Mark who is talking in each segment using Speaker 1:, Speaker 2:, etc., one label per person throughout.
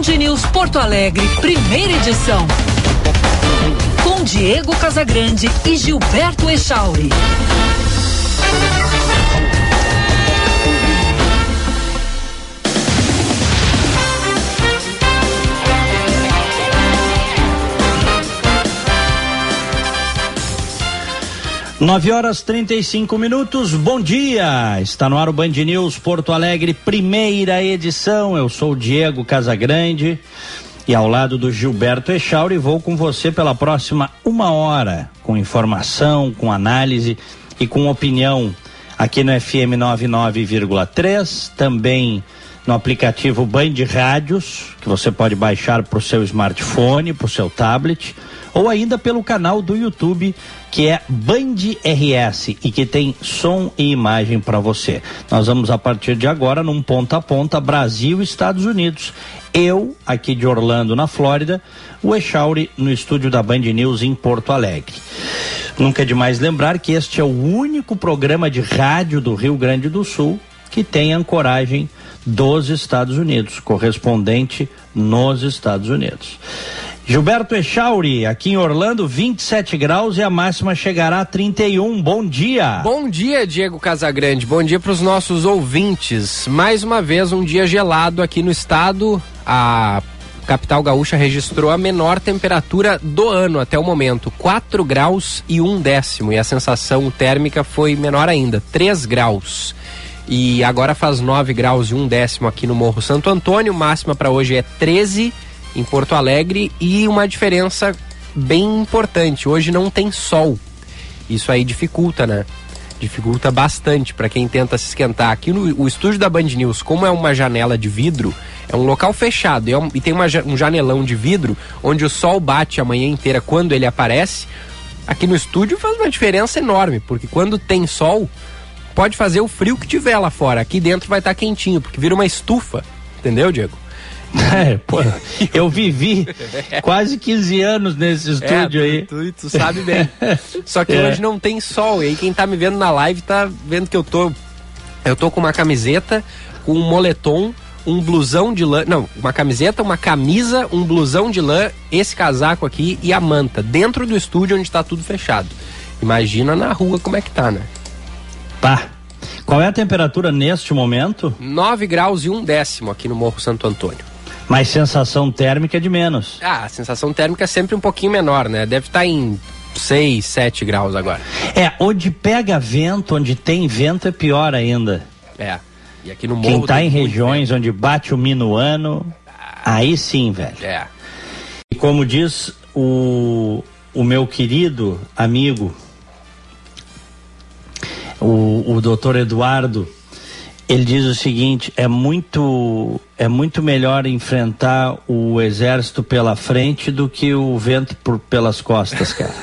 Speaker 1: Band News Porto Alegre, primeira edição. Com Diego Casagrande e Gilberto Echauri.
Speaker 2: Nove horas 35 minutos, bom dia, está no ar o Band News Porto Alegre, primeira edição. Eu sou o Diego Casagrande e ao lado do Gilberto Echauri vou com você pela próxima uma hora, com informação, com análise e com opinião aqui no FM 99,3, também no aplicativo Band Rádios, que você pode baixar para o seu smartphone, para o seu tablet, ou ainda pelo canal do YouTube, que é Band RS e que tem som e imagem para você. Nós vamos a partir de agora num ponta a ponta Brasil e Estados Unidos. Eu aqui de Orlando, na Flórida, o Echauri no estúdio da Band News em Porto Alegre. Nunca é demais lembrar que este é o único programa de rádio do Rio Grande do Sul que tem ancoragem dos Estados Unidos, correspondente nos Estados Unidos. Gilberto Echauri, aqui em Orlando, 27 graus e a máxima chegará a 31. Bom dia.
Speaker 3: Bom dia, Diego Casagrande. Bom dia para os nossos ouvintes. Mais uma vez, um dia gelado aqui no estado. A capital gaúcha registrou a menor temperatura do ano até o momento, 4 graus e 1/10. E a sensação térmica foi menor ainda, 3 graus. E agora faz 9 graus e 1/10 aqui no Morro Santo Antônio. Máxima para hoje é 13 em Porto Alegre e uma diferença bem importante, hoje não tem sol. Isso aí dificulta, né? Dificulta bastante para quem tenta se esquentar. Aqui no estúdio da Band News, como é uma janela de vidro, é um local fechado e tem um janelão de vidro onde o sol bate a manhã inteira quando ele aparece. Aqui no estúdio faz uma diferença enorme, porque quando tem sol, pode fazer o frio que tiver lá fora. Aqui dentro vai estar quentinho, porque vira uma estufa. Entendeu, Diego?
Speaker 2: Pô, eu vivi quase 15 anos nesse estúdio aí.
Speaker 3: Tu sabe bem. Só que hoje não tem sol. E aí quem tá me vendo na live tá vendo que eu tô com uma camiseta, com um moletom, um blusão de lã. Não, uma camiseta, uma camisa, um blusão de lã, esse casaco aqui e a manta. Dentro do estúdio onde tá tudo fechado. Imagina na rua como é que tá, né?
Speaker 2: Tá. Qual é a temperatura neste momento?
Speaker 3: 9 graus e 1/10 aqui no Morro Santo Antônio.
Speaker 2: Mas sensação térmica é de menos.
Speaker 3: A sensação térmica é sempre um pouquinho menor, né? Deve estar em 6, 7 graus agora.
Speaker 2: Onde pega vento, onde tem vento é pior ainda.
Speaker 3: E aqui no Morro...
Speaker 2: Quem tá em regiões onde bate o minuano, aí sim, velho. E como diz o meu querido amigo, o doutor Eduardo, ele diz o seguinte: é muito melhor enfrentar o exército pela frente do que o vento pelas costas, cara.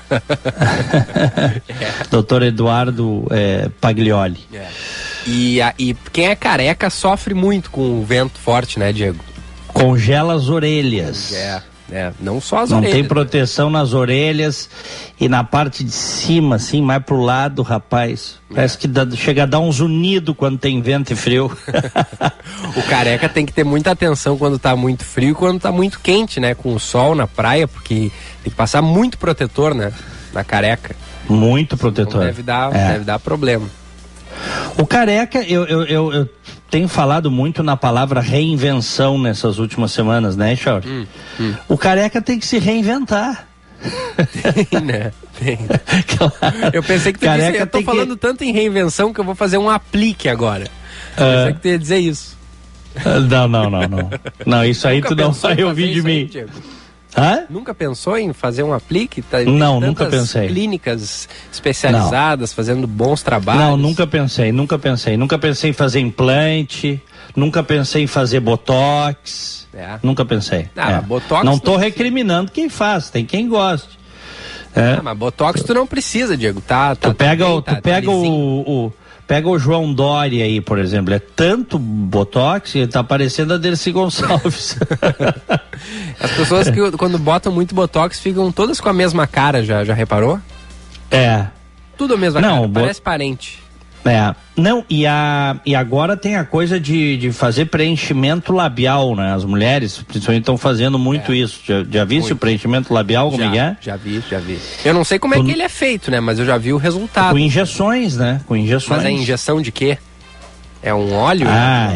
Speaker 2: Doutor Eduardo Paglioli.
Speaker 3: E quem é careca sofre muito com o vento forte, né, Diego?
Speaker 2: Congela as orelhas.
Speaker 3: Não só as
Speaker 2: não
Speaker 3: orelhas.
Speaker 2: Não tem proteção nas orelhas e na parte de cima, assim, mais pro lado, rapaz. Parece que chega a dar um zunido quando tem vento e frio.
Speaker 3: O careca tem que ter muita atenção quando tá muito frio e quando tá muito quente, né? Com o sol na praia, porque tem que passar muito protetor, né? Na careca.
Speaker 2: Muito protetor.
Speaker 3: Então deve dar problema.
Speaker 2: O careca, eu tenho falado muito na palavra reinvenção nessas últimas semanas, né, Chauri? O careca tem que se reinventar.
Speaker 3: Tem, né? Tem.
Speaker 2: Claro.
Speaker 3: Eu pensei que eu tô falando tanto em reinvenção que eu vou fazer um aplique agora. Pensei que tu ia dizer isso.
Speaker 2: Não. Não, isso aí tu não vai ouvir de mim.
Speaker 3: Nunca pensou em fazer um aplique?
Speaker 2: Não, nunca pensei.
Speaker 3: Clínicas especializadas, fazendo bons trabalhos.
Speaker 2: Não, nunca pensei. Nunca pensei em fazer implante, nunca pensei em fazer botox. Nunca pensei.
Speaker 3: Botox
Speaker 2: não tô recriminando quem faz, tem quem goste.
Speaker 3: Mas botox tu não precisa, Diego.
Speaker 2: Pega o João Dória aí, por exemplo. É tanto botox que ele tá parecendo a Dercy Gonçalves.
Speaker 3: As pessoas que quando botam muito botox ficam todas com a mesma cara, já reparou?
Speaker 2: Tudo a mesma cara,
Speaker 3: parece parente.
Speaker 2: Não, e agora tem a coisa de fazer preenchimento labial, né? As mulheres, principalmente, estão fazendo muito isso. Já viste o preenchimento labial, como é?
Speaker 3: Já vi. Eu não sei como é que ele é feito, né? Mas eu já vi o resultado.
Speaker 2: Com injeções, né?
Speaker 3: Mas a injeção de quê? É um óleo?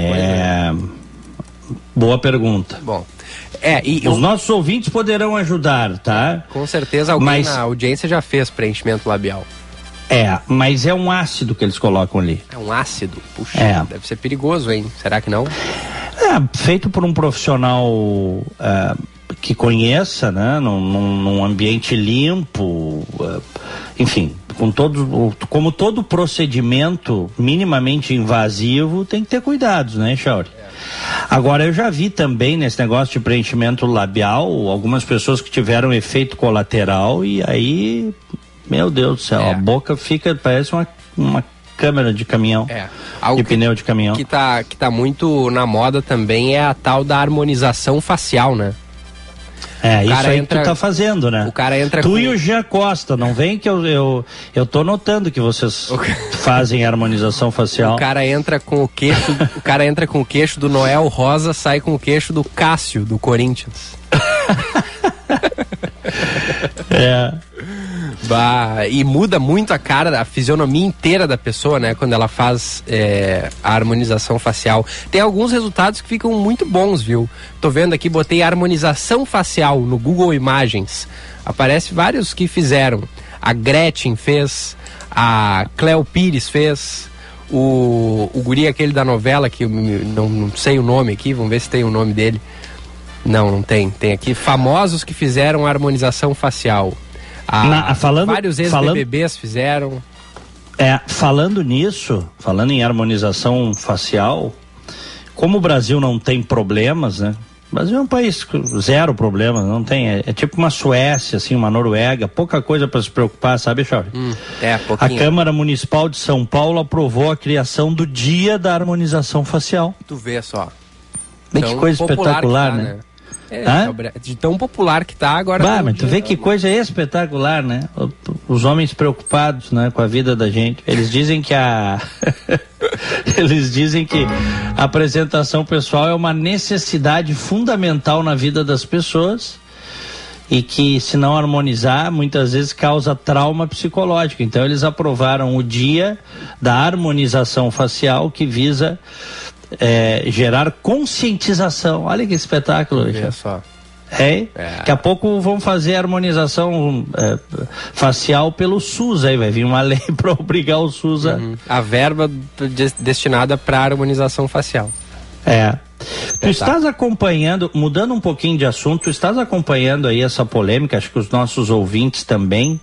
Speaker 2: Boa pergunta.
Speaker 3: Bom.
Speaker 2: Os nossos ouvintes poderão ajudar, tá?
Speaker 3: Com certeza alguém na audiência já fez preenchimento labial.
Speaker 2: Mas é um ácido que eles colocam ali.
Speaker 3: É um ácido? Puxa, deve ser perigoso, hein? Será que não?
Speaker 2: Feito por um profissional que conheça, né? Num ambiente limpo, enfim, como todo procedimento minimamente invasivo, tem que ter cuidados, né, Chauri? Agora, eu já vi também nesse negócio de preenchimento labial, algumas pessoas que tiveram efeito colateral e aí... Meu Deus do céu, a boca parece uma câmera de caminhão, de pneu de caminhão.
Speaker 3: Que tá muito na moda também é a tal da harmonização facial, né?
Speaker 2: Isso aí que tu tá fazendo, né?
Speaker 3: O cara entra
Speaker 2: Tu e o Jean Costa, não vem que eu tô notando que vocês fazem harmonização facial.
Speaker 3: O cara entra com o queixo, do Noel Rosa, sai com o queixo do Cássio, do Corinthians. E muda muito a cara, a fisionomia inteira da pessoa, né? Quando ela faz a harmonização facial. Tem alguns resultados que ficam muito bons, viu? Tô vendo aqui, botei harmonização facial no Google Imagens. Aparece vários que fizeram. A Gretchen fez, a Cleo Pires fez, o guri aquele da novela, que eu não sei o nome aqui, vamos ver se tem o nome dele. Não tem. Tem aqui famosos que fizeram a harmonização facial. Vários ex-BBBs fizeram.
Speaker 2: Falando em harmonização facial, como o Brasil não tem problemas, né? O Brasil é um país zero problemas, não tem. É tipo uma Suécia, assim, uma Noruega, pouca coisa para se preocupar, sabe, Chauri?
Speaker 3: Pouquinho.
Speaker 2: A Câmara Municipal de São Paulo aprovou a criação do Dia da Harmonização Facial.
Speaker 3: Tu vê só.
Speaker 2: Que coisa espetacular, né?
Speaker 3: De tão popular que tá agora.
Speaker 2: Mas tu vê que coisa espetacular, né? Os homens preocupados, né, com a vida da gente. Eles dizem que a apresentação pessoal é uma necessidade fundamental na vida das pessoas e que, se não harmonizar, muitas vezes causa trauma psicológico. Então eles aprovaram o Dia da Harmonização Facial, que visa gerar conscientização. Olha que espetáculo.
Speaker 3: Olha só.
Speaker 2: Daqui a pouco vão fazer harmonização facial pelo SUS, aí vai vir uma lei para obrigar o SUS
Speaker 3: a verba destinada para harmonização facial.
Speaker 2: Tu estás acompanhando, mudando um pouquinho de assunto, tu estás acompanhando aí essa polêmica, acho que os nossos ouvintes também,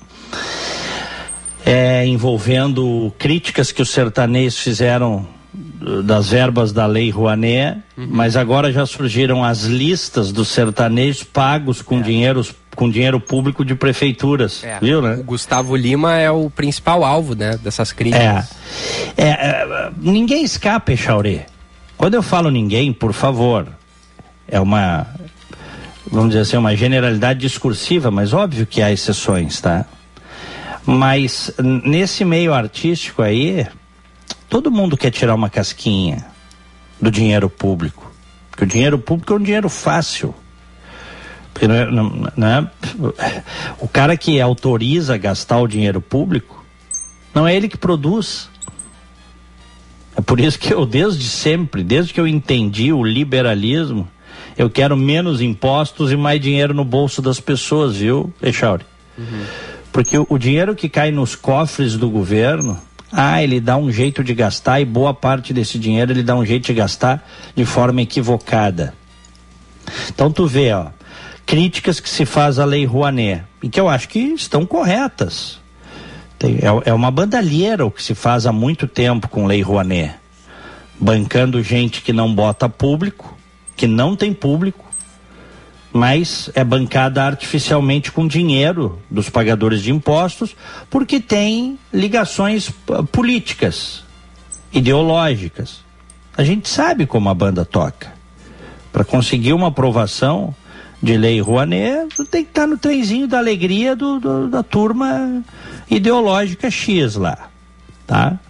Speaker 2: envolvendo críticas que os sertanejos fizeram das verbas da Lei Rouanet, mas agora já surgiram as listas dos sertanejos pagos com dinheiro público de prefeituras, viu, né?
Speaker 3: O Gustavo Lima é o principal alvo, né, dessas críticas.
Speaker 2: Ninguém escapa, Chauri. Quando eu falo ninguém, por favor, é uma, vamos dizer assim, uma generalidade discursiva, mas óbvio que há exceções, tá? Mas nesse meio artístico aí, todo mundo quer tirar uma casquinha do dinheiro público, porque o dinheiro público é um dinheiro fácil. Porque, né? O cara que autoriza gastar o dinheiro público, não é ele que produz. É por isso que eu, desde sempre, desde que eu entendi o liberalismo, eu quero menos impostos e mais dinheiro no bolso das pessoas, viu, Echauri? Porque o dinheiro que cai nos cofres do governo, ele dá um jeito de gastar, e boa parte desse dinheiro ele dá um jeito de gastar de forma equivocada. Então tu vê, críticas que se faz à Lei Rouanet, e que eu acho que estão corretas. É uma bandalheira o que se faz há muito tempo com Lei Rouanet, bancando gente que não bota público, que não tem público, mas é bancada artificialmente com dinheiro dos pagadores de impostos, porque tem ligações políticas, ideológicas. A gente sabe como a banda toca. Para conseguir uma aprovação de Lei Rouanet, tem que estar no trenzinho da alegria da turma ideológica X lá, tá?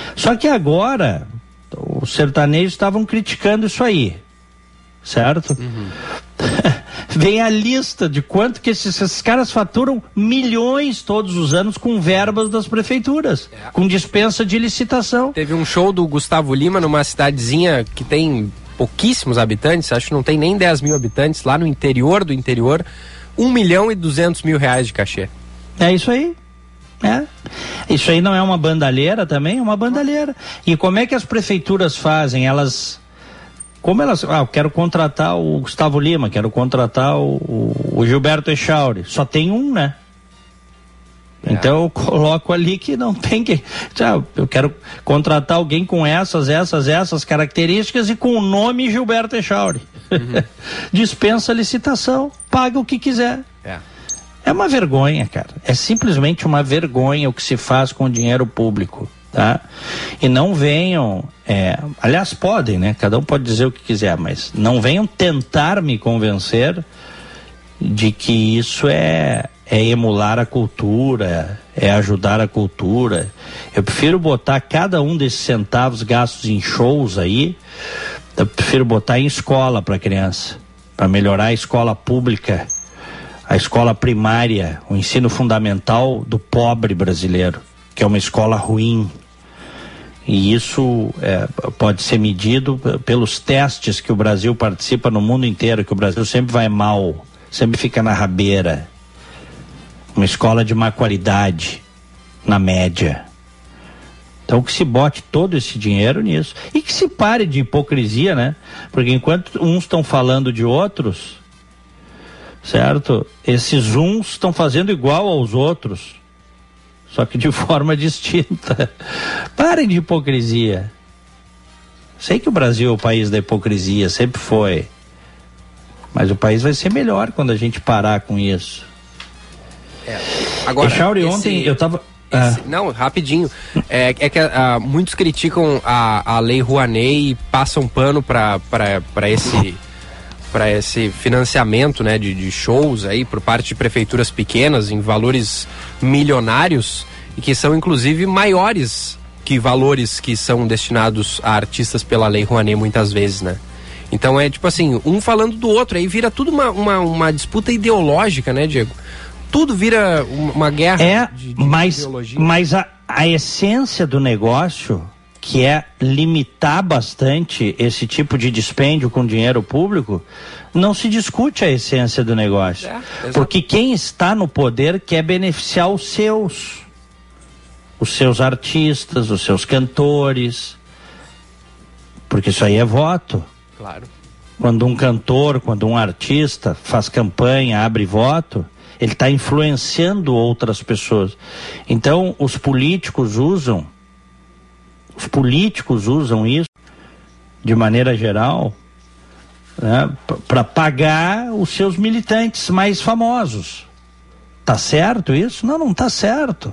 Speaker 2: Só que agora, os sertanejos estavam criticando isso aí, certo? Vem a lista de quanto que esses caras faturam milhões todos os anos com verbas das prefeituras, com dispensa de licitação.
Speaker 3: Teve um show do Gustavo Lima numa cidadezinha que tem pouquíssimos habitantes, acho que não tem nem 10 mil habitantes, lá no interior do interior, 1.200.000 reais de cachê. É
Speaker 2: isso aí. Isso aí não é uma bandalheira também? É uma bandalheira. E como é que as prefeituras fazem? Eu quero contratar o Gustavo Lima, quero contratar o Gilberto Echauri. Só tem um, né? Então eu coloco ali que não tem que... Eu quero contratar alguém com essas características e com o nome Gilberto Echauri. Dispensa a licitação, paga o que quiser. É uma vergonha, cara. É simplesmente uma vergonha o que se faz com o dinheiro público, tá? E não venham... aliás, podem, né? Cada um pode dizer o que quiser, mas não venham tentar me convencer de que isso é emular a cultura, é ajudar a cultura. Eu prefiro botar cada um desses centavos gastos em shows aí, eu prefiro botar em escola para criança, para melhorar a escola pública, a escola primária, o ensino fundamental do pobre brasileiro, que é uma escola ruim. E isso pode ser medido pelos testes que o Brasil participa no mundo inteiro, que o Brasil sempre vai mal, sempre fica na rabeira. Uma escola de má qualidade, na média. Então que se bote todo esse dinheiro nisso. E que se pare de hipocrisia, né? Porque enquanto uns estão falando de outros, certo? Esses uns estão fazendo igual aos outros, só que de forma distinta. Parem de hipocrisia. Sei que o Brasil é o país da hipocrisia, sempre foi. Mas o país vai ser melhor quando a gente parar com isso.
Speaker 3: Agora,
Speaker 2: Echauri, ontem eu tava...
Speaker 3: Não, rapidinho. É que muitos criticam a Lei Rouanet e passam pano para esse financiamento, né, de shows aí por parte de prefeituras pequenas em valores milionários e que são inclusive maiores que valores que são destinados a artistas pela Lei Rouanet muitas vezes, né? Então é tipo assim, um falando do outro, aí vira tudo uma disputa ideológica, né, Diego? Tudo vira uma guerra de ideologia.
Speaker 2: Mas a essência do negócio, que é limitar bastante esse tipo de dispêndio com dinheiro público, não se discute a essência do negócio. Porque quem está no poder quer beneficiar os seus artistas, os seus cantores, porque isso aí é voto.
Speaker 3: Claro.
Speaker 2: Quando um cantor, quando um artista faz campanha, abre voto, ele está influenciando outras pessoas. Então, os políticos usam isso, de maneira geral, né, para pagar os seus militantes mais famosos. Tá certo isso? Não tá certo.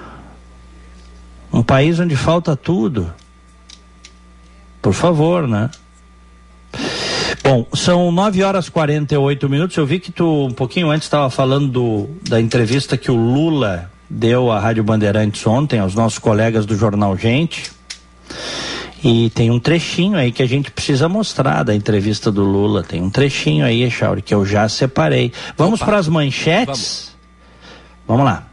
Speaker 2: Um país onde falta tudo. Por favor, né? Bom, são 9h48. Eu vi que tu, um pouquinho antes, estava falando da entrevista que o Lula deu à Rádio Bandeirantes ontem, aos nossos colegas do Jornal Gente. E tem um trechinho aí que a gente precisa mostrar da entrevista do Lula. Tem um trechinho aí, Echauri, que eu já separei. Vamos para as manchetes? Vamos lá.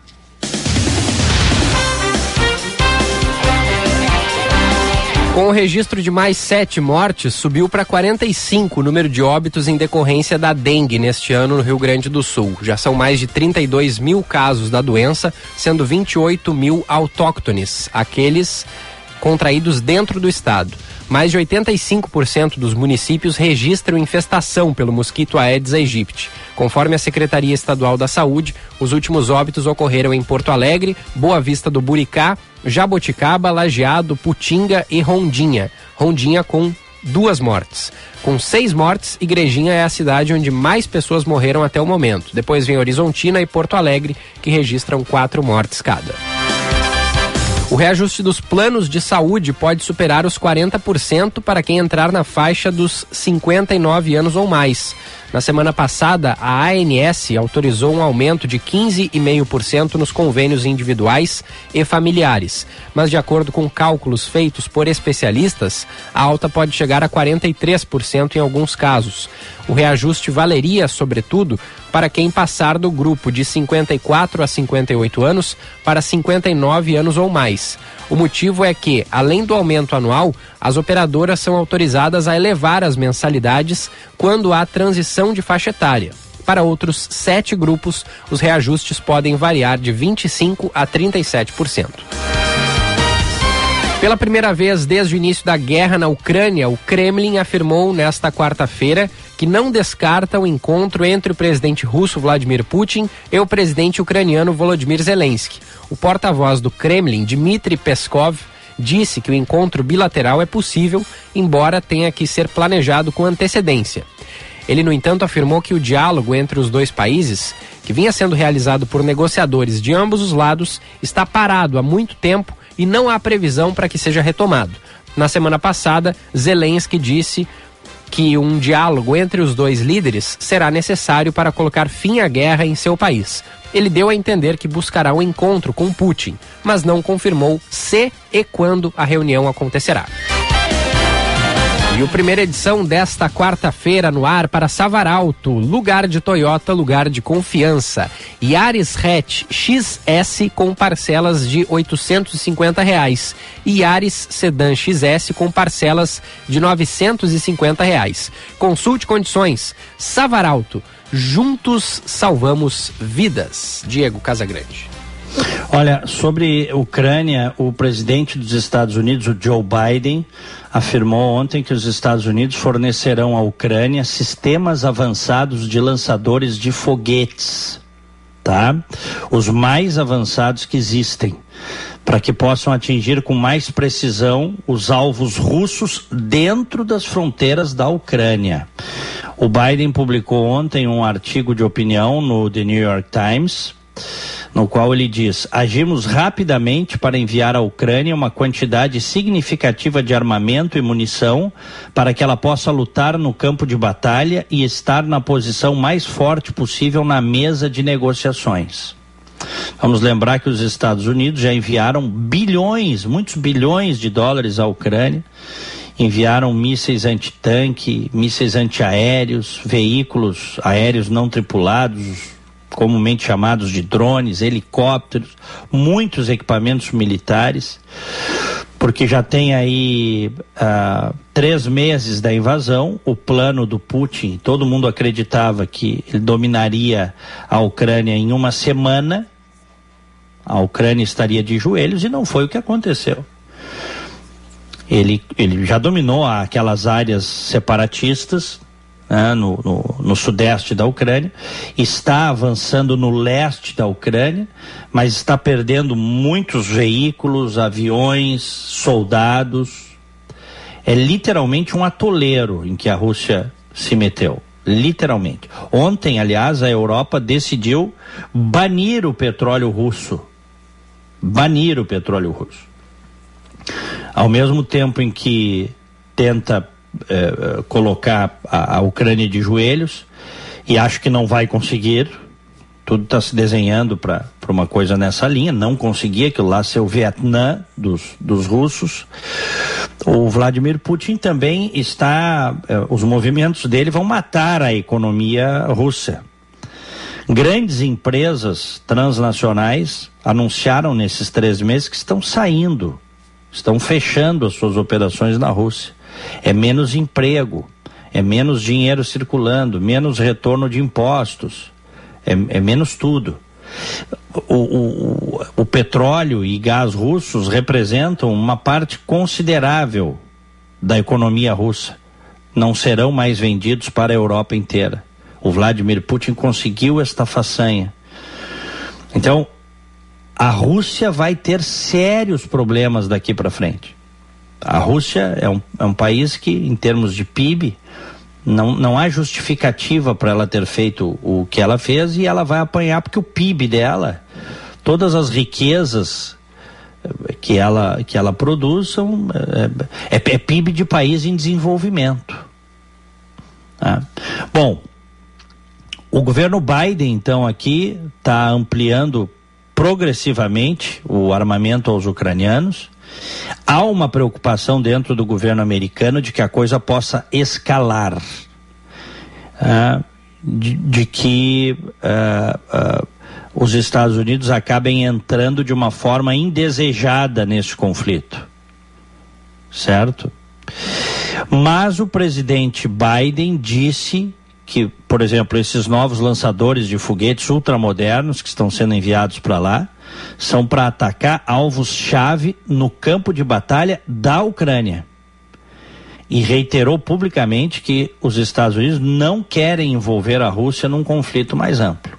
Speaker 3: Com o registro de mais 7 mortes, subiu para 45 o número de óbitos em decorrência da dengue neste ano no Rio Grande do Sul. Já são mais de 32 mil casos da doença, sendo 28 mil autóctones, aqueles contraídos dentro do estado. Mais de 85% dos municípios registram infestação pelo mosquito Aedes aegypti. Conforme a Secretaria Estadual da Saúde, os últimos óbitos ocorreram em Porto Alegre, Boa Vista do Buricá, Jaboticaba, Lajeado, Putinga e Rondinha. Rondinha com 2 mortes. Com 6 mortes, Igrejinha é a cidade onde mais pessoas morreram até o momento. Depois vem Horizontina e Porto Alegre, que registram 4 mortes cada. O reajuste dos planos de saúde pode superar os 40% para quem entrar na faixa dos 59 anos ou mais. Na semana passada, a ANS autorizou um aumento de 15,5% nos convênios individuais e familiares. Mas, de acordo com cálculos feitos por especialistas, a alta pode chegar a 43% em alguns casos. O reajuste valeria, sobretudo, para quem passar do grupo de 54 a 58 anos para 59 anos ou mais. O motivo é que, além do aumento anual, as operadoras são autorizadas a elevar as mensalidades quando há transição de faixa etária. Para outros 7 grupos, os reajustes podem variar de 25% a 37%. Pela primeira vez desde o início da guerra na Ucrânia, o Kremlin afirmou nesta quarta-feira que não descarta o encontro entre o presidente russo Vladimir Putin e o presidente ucraniano Volodymyr Zelensky. O porta-voz do Kremlin, Dmitry Peskov, disse que o encontro bilateral é possível, embora tenha que ser planejado com antecedência. Ele, no entanto, afirmou que o diálogo entre os dois países, que vinha sendo realizado por negociadores de ambos os lados, está parado há muito tempo e não há previsão para que seja retomado. Na semana passada, Zelensky disse que um diálogo entre os dois líderes será necessário para colocar fim à guerra em seu país. Ele deu a entender que buscará um encontro com Putin, mas não confirmou se e quando a reunião acontecerá. E a primeira edição desta quarta-feira no ar para Savaralto, lugar de Toyota, lugar de confiança. Yaris Hatch XS com parcelas de R$ 850 e Yaris Sedan XS com parcelas de R$ 950. Consulte condições. Savaralto, juntos salvamos vidas. Diego Casagrande.
Speaker 2: Olha, sobre Ucrânia, o presidente dos Estados Unidos, o Joe Biden, afirmou ontem que os Estados Unidos fornecerão à Ucrânia sistemas avançados de lançadores de foguetes, tá? Os mais avançados que existem, para que possam atingir com mais precisão os alvos russos dentro das fronteiras da Ucrânia. O Biden publicou ontem um artigo de opinião no The New York Times, no qual ele diz: agimos rapidamente para enviar à Ucrânia uma quantidade significativa de armamento e munição para que ela possa lutar no campo de batalha e estar na posição mais forte possível na mesa de negociações. Vamos lembrar que os Estados Unidos já enviaram bilhões, muitos bilhões de dólares à Ucrânia, enviaram mísseis antitanque, mísseis antiaéreos, veículos aéreos não tripulados, comumente chamados de drones, helicópteros, muitos equipamentos militares, porque já tem aí 3 meses da invasão. O plano do Putin, todo mundo acreditava que ele dominaria a Ucrânia em uma semana, a Ucrânia estaria de joelhos, e não foi o que aconteceu. Ele já dominou aquelas áreas separatistas, no sudeste da Ucrânia, está avançando no leste da Ucrânia, mas está perdendo muitos veículos, aviões, soldados. É literalmente um atoleiro em que a Rússia se meteu, literalmente. Ontem, aliás, a Europa decidiu banir o petróleo russo. Banir o petróleo russo. Ao mesmo tempo em que tenta colocar a Ucrânia de joelhos, e acho que não vai conseguir. Tudo está se desenhando para uma coisa nessa linha. Não conseguir aquilo lá ser o Vietnã dos russos. O Vladimir Putin também está, os movimentos dele vão matar a economia russa. Grandes empresas transnacionais anunciaram nesses 3 meses que estão saindo, estão fechando as suas operações na Rússia. É menos emprego, é menos dinheiro circulando, menos retorno de impostos, é menos tudo. O petróleo e gás russos representam uma parte considerável da economia russa. Não serão mais vendidos para a Europa inteira. O Vladimir Putin conseguiu esta façanha. Então, a Rússia vai ter sérios problemas daqui para frente. A Rússia é um país que, em termos de PIB, não há justificativa para ela ter feito o que ela fez, e ela vai apanhar porque o PIB dela, todas as riquezas que ela produz é PIB de país em desenvolvimento. Bom, O governo Biden, então, aqui está ampliando progressivamente o armamento aos ucranianos. Há uma preocupação dentro do governo americano de que a coisa possa escalar, de que os Estados Unidos acabem entrando de uma forma indesejada nesse conflito, certo? Mas o presidente Biden disse que, por exemplo, esses novos lançadores de foguetes ultramodernos que estão sendo enviados para lá são para atacar alvos-chave no campo de batalha da Ucrânia. E reiterou publicamente que os Estados Unidos não querem envolver a Rússia num conflito mais amplo.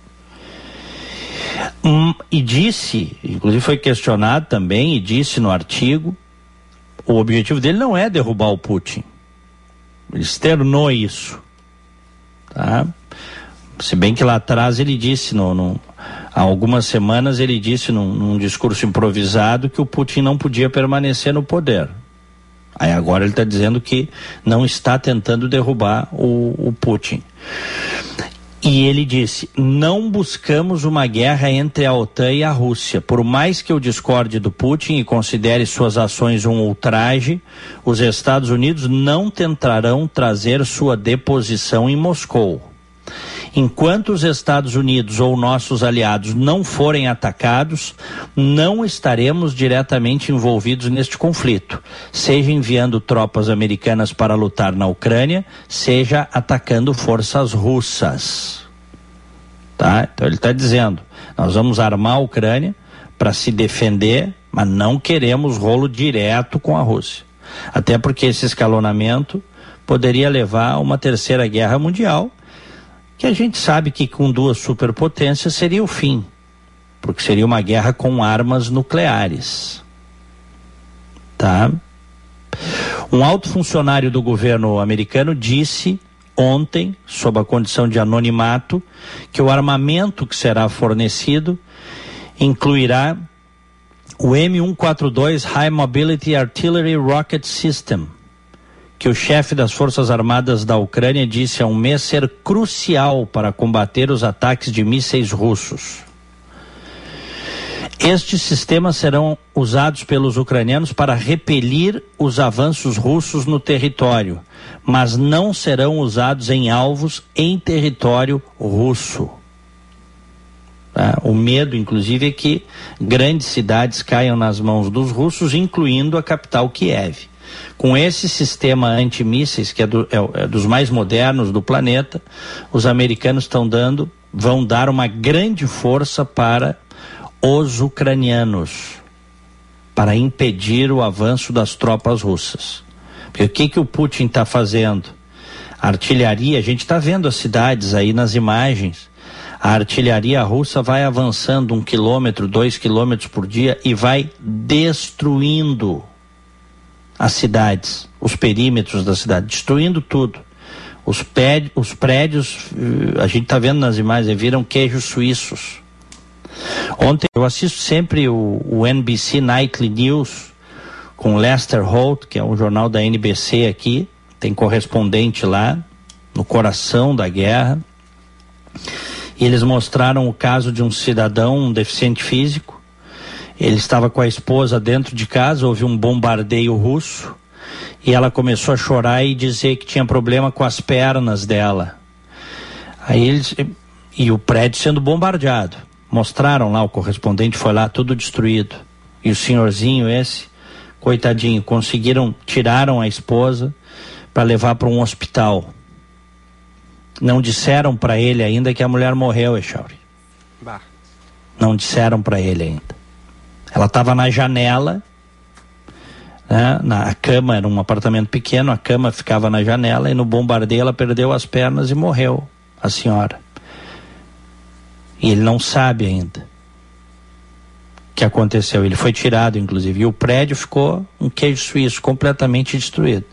Speaker 2: E disse, inclusive foi questionado também, e disse no artigo, o objetivo dele não é derrubar o Putin. Ele externou isso. Tá? Se bem que lá atrás ele disse, há algumas semanas ele disse num discurso improvisado que o Putin não podia permanecer no poder. Aí agora ele está dizendo que não está tentando derrubar o Putin. E ele disse: não buscamos uma guerra entre a OTAN e a Rússia. Por mais que eu discorde do Putin e considere suas ações um ultraje, os Estados Unidos não tentarão trazer sua deposição em Moscou. Enquanto os Estados Unidos ou nossos aliados não forem atacados, não estaremos diretamente envolvidos neste conflito, seja enviando tropas americanas para lutar na Ucrânia, seja atacando forças russas. Tá? Então ele está dizendo, nós vamos armar a Ucrânia para se defender, mas não queremos rolo direto com a Rússia. Até porque esse escalonamento poderia levar a uma terceira guerra mundial, que a gente sabe que com duas superpotências seria o fim, porque seria uma guerra com armas nucleares. Tá? Um alto funcionário do governo americano disse ontem, sob a condição de anonimato, que o armamento que será fornecido incluirá o M142 High Mobility Artillery Rocket System, que o chefe das Forças Armadas da Ucrânia disse há um mês ser crucial para combater os ataques de mísseis russos. Estes sistemas serão usados pelos ucranianos para repelir os avanços russos no território, mas não serão usados em alvos em território russo. O medo, inclusive, é que grandes cidades caiam nas mãos dos russos, incluindo a capital Kiev. Com esse sistema antimísseis, que é dos mais modernos do planeta, os americanos vão dar uma grande força para os ucranianos, para impedir o avanço das tropas russas. Porque o que o Putin está fazendo? A artilharia, a gente está vendo as cidades aí nas imagens, a artilharia russa vai avançando 1 quilômetro, 2 quilômetros por dia e vai destruindo as cidades, os perímetros da cidade, destruindo tudo. Os prédios, a gente está vendo nas imagens, viram queijos suíços. Ontem eu assisto sempre o NBC Nightly News com Lester Holt, que é um jornal da NBC aqui, tem correspondente lá, no coração da guerra, e eles mostraram o caso de um cidadão, um deficiente físico. Ele estava com a esposa dentro de casa, houve um bombardeio russo e ela começou a chorar e dizer que tinha problema com as pernas dela. E o prédio sendo bombardeado. Mostraram lá, o correspondente foi lá, tudo destruído. E o senhorzinho esse, coitadinho, tiraram a esposa para levar para um hospital. Não disseram para ele ainda que a mulher morreu, Echauri. Não disseram para ele ainda. Ela estava na janela, né? A cama, era um apartamento pequeno, a cama ficava na janela e no bombardeio ela perdeu as pernas e morreu, a senhora. E ele não sabe ainda o que aconteceu. Ele foi tirado, inclusive, e o prédio ficou um queijo suíço, completamente destruído.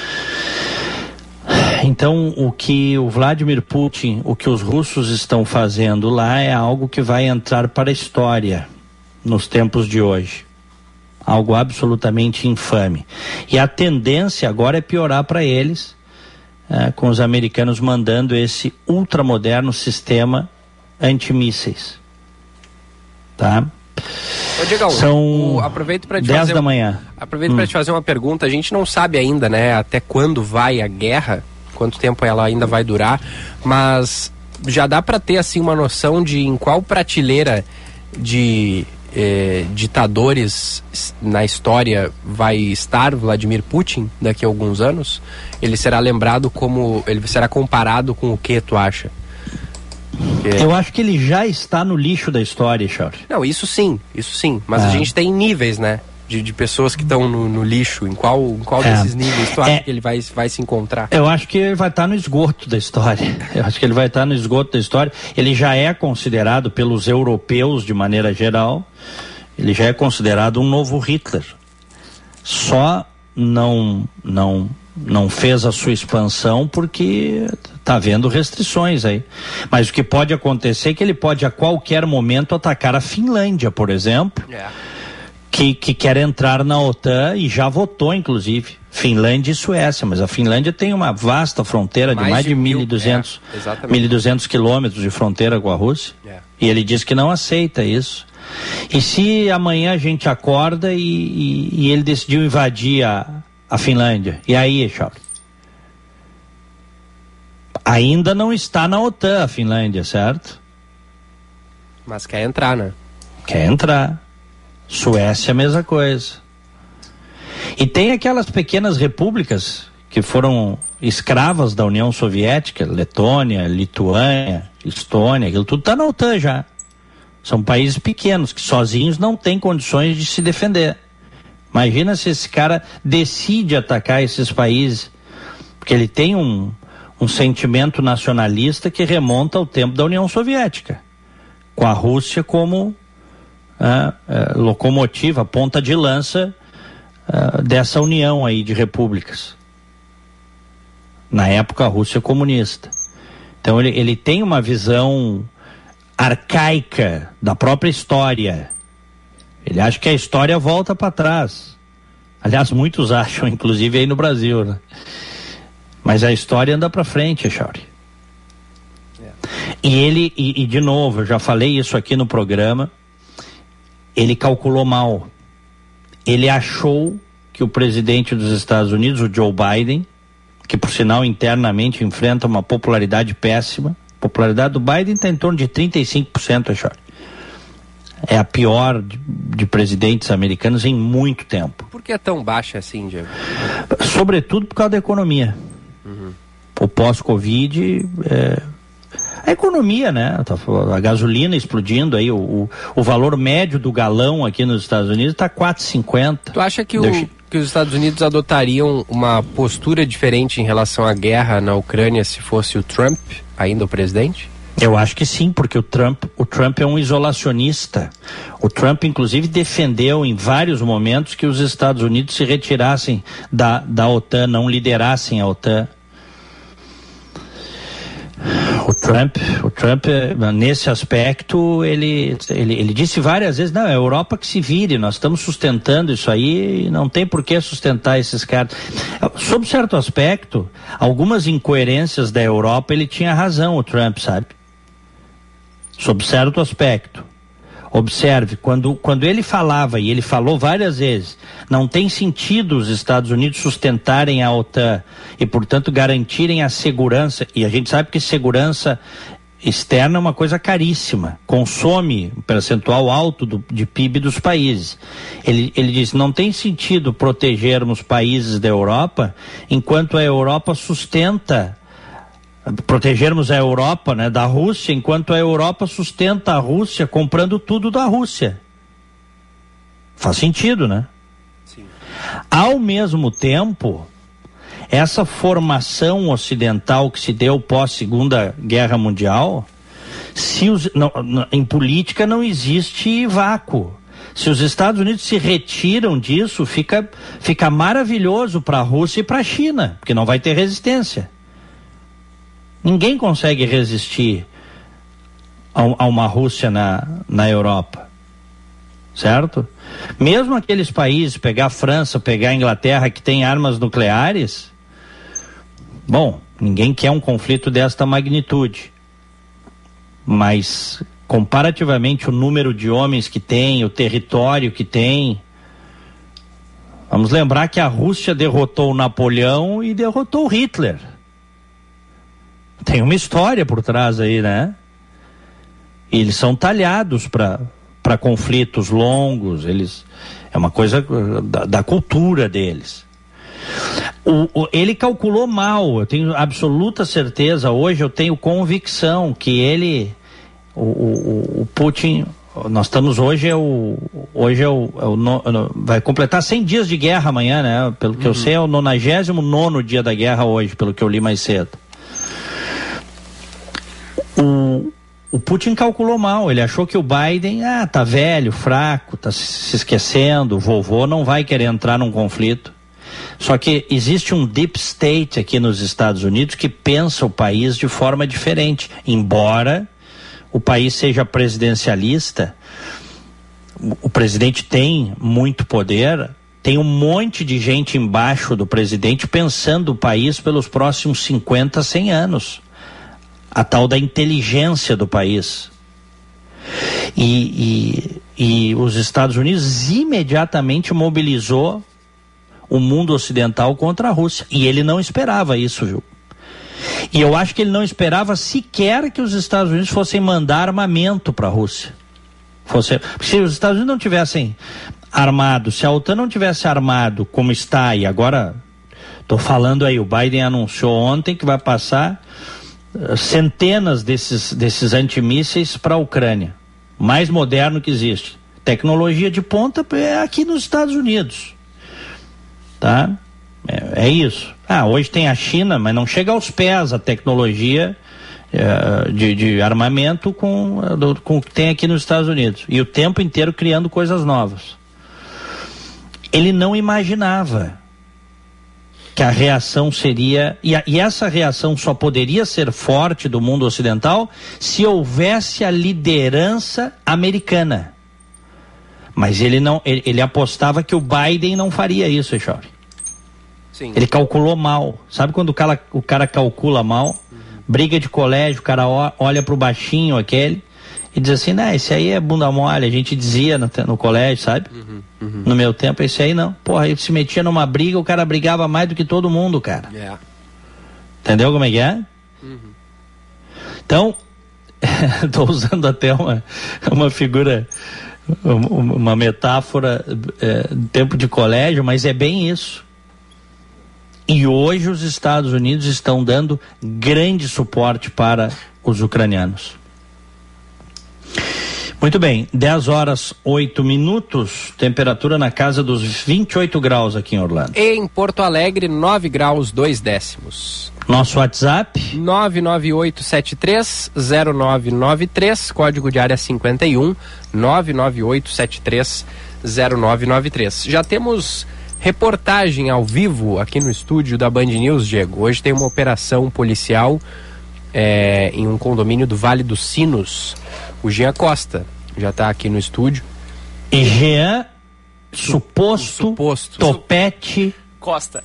Speaker 2: Então, o que o Vladimir Putin, o que os russos estão fazendo lá é algo que vai entrar para a história nos tempos de hoje. Algo absolutamente infame. E a tendência agora é piorar para eles, com os americanos mandando esse ultramoderno sistema antimísseis. Tá?
Speaker 3: Ô, Diegão,
Speaker 2: são
Speaker 3: aproveito para
Speaker 2: 10 da manhã.
Speaker 3: Aproveito para te fazer uma pergunta. A gente não sabe ainda, né, até quando vai a guerra, quanto tempo ela ainda vai durar, mas já dá para ter assim uma noção de em qual prateleira de ditadores na história vai estar Vladimir Putin daqui a alguns anos? Ele será lembrado como, ele será comparado com o que tu acha?
Speaker 2: Eu acho que ele já está no lixo da história, Chauri.
Speaker 3: Não, isso sim, mas a gente tem níveis, né? De pessoas que estão no lixo. Em qual desses níveis tu acha que ele vai se encontrar?
Speaker 2: Eu acho que ele vai estar no esgoto da história. Eu acho que ele vai estar no esgoto da história. Ele já é considerado pelos europeus, de maneira geral, ele já é considerado um novo Hitler. Só não fez a sua expansão porque está havendo restrições aí. Mas o que pode acontecer é que ele pode a qualquer momento atacar a Finlândia, por exemplo, que quer entrar na OTAN e já votou, inclusive. Finlândia e Suécia, mas a Finlândia tem uma vasta fronteira de mais de 1.200 quilômetros de fronteira com a Rússia. E ele diz que não aceita isso. E se amanhã a gente acorda e ele decidiu invadir a Finlândia, e aí, Charles? Ainda não está na OTAN a Finlândia, certo?
Speaker 3: Mas quer entrar, né?
Speaker 2: Quer entrar. Suécia, a mesma coisa. E tem aquelas pequenas repúblicas que foram escravas da União Soviética, Letônia, Lituânia, Estônia, aquilo tudo está na OTAN já. São países pequenos que sozinhos não têm condições de se defender. Imagina se esse cara decide atacar esses países, porque ele tem um sentimento nacionalista que remonta ao tempo da União Soviética, com a Rússia como locomotiva, ponta de lança dessa união aí de repúblicas. Na época a Rússia comunista. Então ele tem uma visão arcaica da própria história. Ele acha que a história volta para trás. Aliás, muitos acham, inclusive aí no Brasil, né? Mas a história anda para frente, Chauri. E ele, e de novo, eu já falei isso aqui no programa, ele calculou mal. Ele achou que o presidente dos Estados Unidos, o Joe Biden, que por sinal internamente enfrenta uma popularidade péssima, a popularidade do Biden está em torno de 35%, Chauri. É a pior de presidentes americanos em muito tempo.
Speaker 3: Por que é tão baixa assim, Diego?
Speaker 2: Sobretudo por causa da economia. O pós-Covid, a economia, né? A gasolina explodindo aí, o valor médio do galão aqui nos Estados Unidos está 4,50.
Speaker 3: Tu acha que os Estados Unidos adotariam uma postura diferente em relação à guerra na Ucrânia se fosse o Trump ainda o presidente?
Speaker 2: Eu acho que sim, porque o Trump é um isolacionista. O Trump, inclusive, defendeu em vários momentos que os Estados Unidos se retirassem da OTAN, não liderassem a OTAN. O Trump, nesse aspecto, ele disse várias vezes, não, é a Europa que se vire, nós estamos sustentando isso aí e não tem por que sustentar esses caras. Sob certo aspecto, algumas incoerências da Europa, ele tinha razão, o Trump, sabe? Sob certo aspecto. Observe, quando ele falava, e ele falou várias vezes, não tem sentido os Estados Unidos sustentarem a OTAN e, portanto, garantirem a segurança, e a gente sabe que segurança externa é uma coisa caríssima, consome um percentual alto de PIB dos países. Ele disse, não tem sentido protegermos países da Europa enquanto a Europa protegermos a Europa, né, da Rússia, enquanto a Europa sustenta a Rússia comprando tudo da Rússia. Faz sentido, né?
Speaker 3: Sim. Ao
Speaker 2: mesmo tempo, essa formação ocidental que se deu pós-Segunda Guerra Mundial, em política não existe vácuo. Se os Estados Unidos se retiram disso, fica maravilhoso para a Rússia e para a China, porque não vai ter resistência. Ninguém consegue resistir a uma Rússia na Europa, certo? Mesmo aqueles países, pegar a França, pegar a Inglaterra, que tem armas nucleares, bom, Ninguém quer um conflito desta magnitude. Mas, comparativamente, o número de homens que tem, o território que tem... Vamos lembrar que a Rússia derrotou o Napoleão e derrotou o Hitler. Tem uma história por trás aí, né? E eles são talhados para conflitos longos, é uma coisa da cultura deles. Ele calculou mal, eu tenho absoluta certeza, hoje eu tenho convicção que o Putin... Nós estamos vai completar 100 dias de guerra amanhã, né? Pelo que eu sei, é o 99º dia da guerra hoje, pelo que eu li mais cedo. O Putin calculou mal, ele achou que o Biden, tá velho, fraco, tá se esquecendo, o vovô não vai querer entrar num conflito. Só que existe um deep state aqui nos Estados Unidos que pensa o país de forma diferente, embora... o país seja presidencialista, o presidente tem muito poder, tem um monte de gente embaixo do presidente pensando o país pelos próximos 50, 100 anos. A tal da inteligência do país. E os Estados Unidos imediatamente mobilizou o mundo ocidental contra a Rússia. E ele não esperava isso, viu? E eu acho que ele não esperava sequer que os Estados Unidos fossem mandar armamento para a Rússia. Se os Estados Unidos não tivessem armado, se a OTAN não tivesse armado como está, e agora estou falando aí, o Biden anunciou ontem que vai passar centenas desses antimísseis para a Ucrânia. Mais moderno que existe. Tecnologia de ponta é aqui nos Estados Unidos. Tá? É isso. Hoje tem a China, mas não chega aos pés a tecnologia de armamento com o que tem aqui nos Estados Unidos. E o tempo inteiro criando coisas novas. Ele não imaginava que a reação seria... E essa reação só poderia ser forte do mundo ocidental se houvesse a liderança americana. Mas ele apostava que o Biden não faria isso, Echauri. Sim. Ele calculou mal. Sabe quando o cara calcula mal? Briga de colégio, o cara olha pro baixinho aquele e diz assim, esse aí é bunda mole, a gente dizia no colégio, sabe? No meu tempo, esse aí não. Porra, ele se metia numa briga, o cara brigava mais do que todo mundo, cara. Yeah. Entendeu como é que é? Então, tô usando até uma figura, uma metáfora tempo de colégio, mas é bem isso. E hoje os Estados Unidos estão dando grande suporte para os ucranianos. Muito bem, 10h08, temperatura na casa dos 28 graus aqui em Orlando.
Speaker 3: E em Porto Alegre, 9 graus 2 décimos.
Speaker 2: Nosso WhatsApp?
Speaker 3: 998730993, código de área 51, 998730993. Já temos... reportagem ao vivo aqui no estúdio da Band News, Diego. Hoje tem uma operação policial em um condomínio do Vale dos Sinos. O Jean Costa já está aqui no estúdio.
Speaker 2: E Jean, suposto. Topete
Speaker 4: Costa.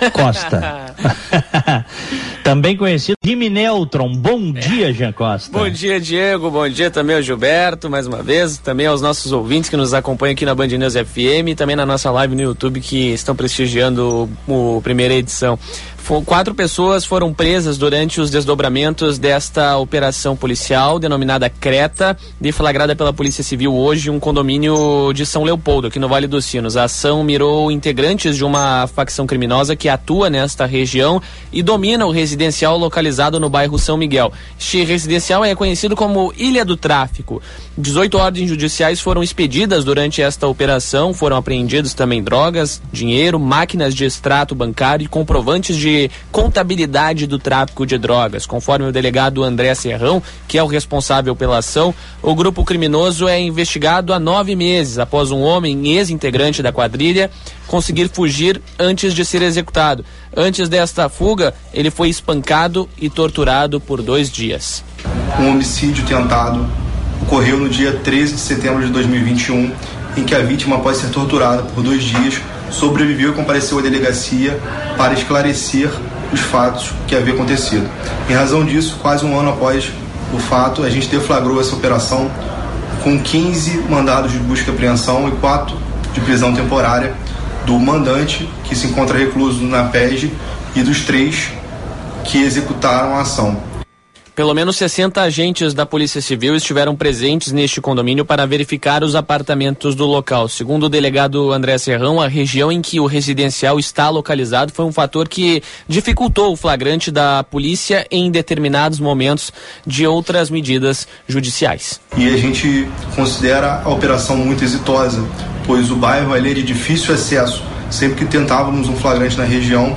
Speaker 2: Também conhecido Jimmy Neutron. Bom dia, Jean Costa.
Speaker 4: Bom dia, Diego. Bom dia também ao Gilberto, mais uma vez. Também aos nossos ouvintes que nos acompanham aqui na Band News FM e também na nossa live no YouTube que estão prestigiando a primeira edição. 4 pessoas foram presas durante os desdobramentos desta operação policial, denominada Creta, deflagrada pela Polícia Civil hoje em um condomínio de São Leopoldo, aqui no Vale dos Sinos. A ação mirou integrantes de uma facção criminosa que atua nesta região e domina o residencial localizado no bairro São Miguel. Este residencial é conhecido como Ilha do Tráfico. 18 ordens judiciais foram expedidas durante esta operação, foram apreendidos também drogas, dinheiro, máquinas de extrato bancário e comprovantes de contabilidade do tráfico de drogas. Conforme o delegado André Serrão, que é o responsável pela ação, o grupo criminoso é investigado há 9 meses, após um homem ex-integrante da quadrilha conseguir fugir antes de ser executado. Antes desta fuga, ele foi espancado e torturado por 2 dias.
Speaker 5: Um homicídio tentado ocorreu no dia 13 de setembro de 2021, em que a vítima, após ser torturada por 2 dias, sobreviveu e compareceu à delegacia para esclarecer os fatos que haviam acontecido. Em razão disso, quase um ano após o fato, a gente deflagrou essa operação com 15 mandados de busca e apreensão e 4 de prisão temporária do mandante, que se encontra recluso na PEG, e dos 3 que executaram a ação.
Speaker 4: Pelo menos 60 agentes da Polícia Civil estiveram presentes neste condomínio para verificar os apartamentos do local. Segundo o delegado André Serrão, a região em que o residencial está localizado foi um fator que dificultou o flagrante da polícia em determinados momentos de outras medidas judiciais.
Speaker 5: E a gente considera a operação muito exitosa, pois o bairro é de difícil acesso. Sempre que tentávamos um flagrante na região,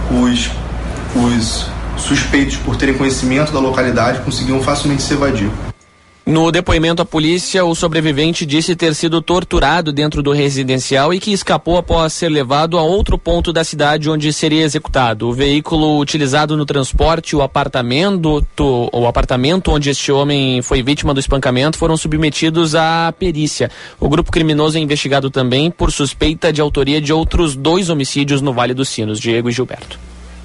Speaker 5: os suspeitos, por terem conhecimento da localidade, conseguiam facilmente se evadir.
Speaker 4: No depoimento à polícia, o sobrevivente disse ter sido torturado dentro do residencial e que escapou após ser levado a outro ponto da cidade onde seria executado. O veículo utilizado no transporte, o apartamento onde este homem foi vítima do espancamento, foram submetidos à perícia. O grupo criminoso é investigado também por suspeita de autoria de outros 2 homicídios no Vale dos Sinos. Diego e Gilberto.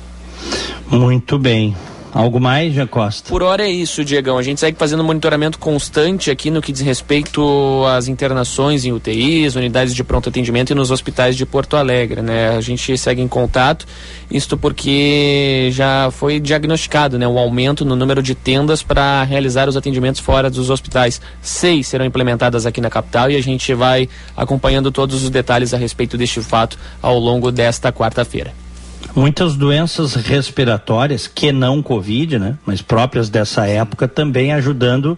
Speaker 2: Muito bem. Algo mais, Jean Costa?
Speaker 4: Por hora é isso, Diegão. A gente segue fazendo monitoramento constante aqui no que diz respeito às internações em UTIs, unidades de pronto atendimento e nos hospitais de Porto Alegre, né? A gente segue em contato, isto porque já foi diagnosticado, né, um aumento no número de tendas para realizar os atendimentos fora dos hospitais. 6 serão implementadas aqui na capital e a gente vai acompanhando todos os detalhes a respeito deste fato ao longo desta quarta-feira.
Speaker 2: Muitas doenças respiratórias, que não Covid, né? Mas próprias dessa época, também ajudando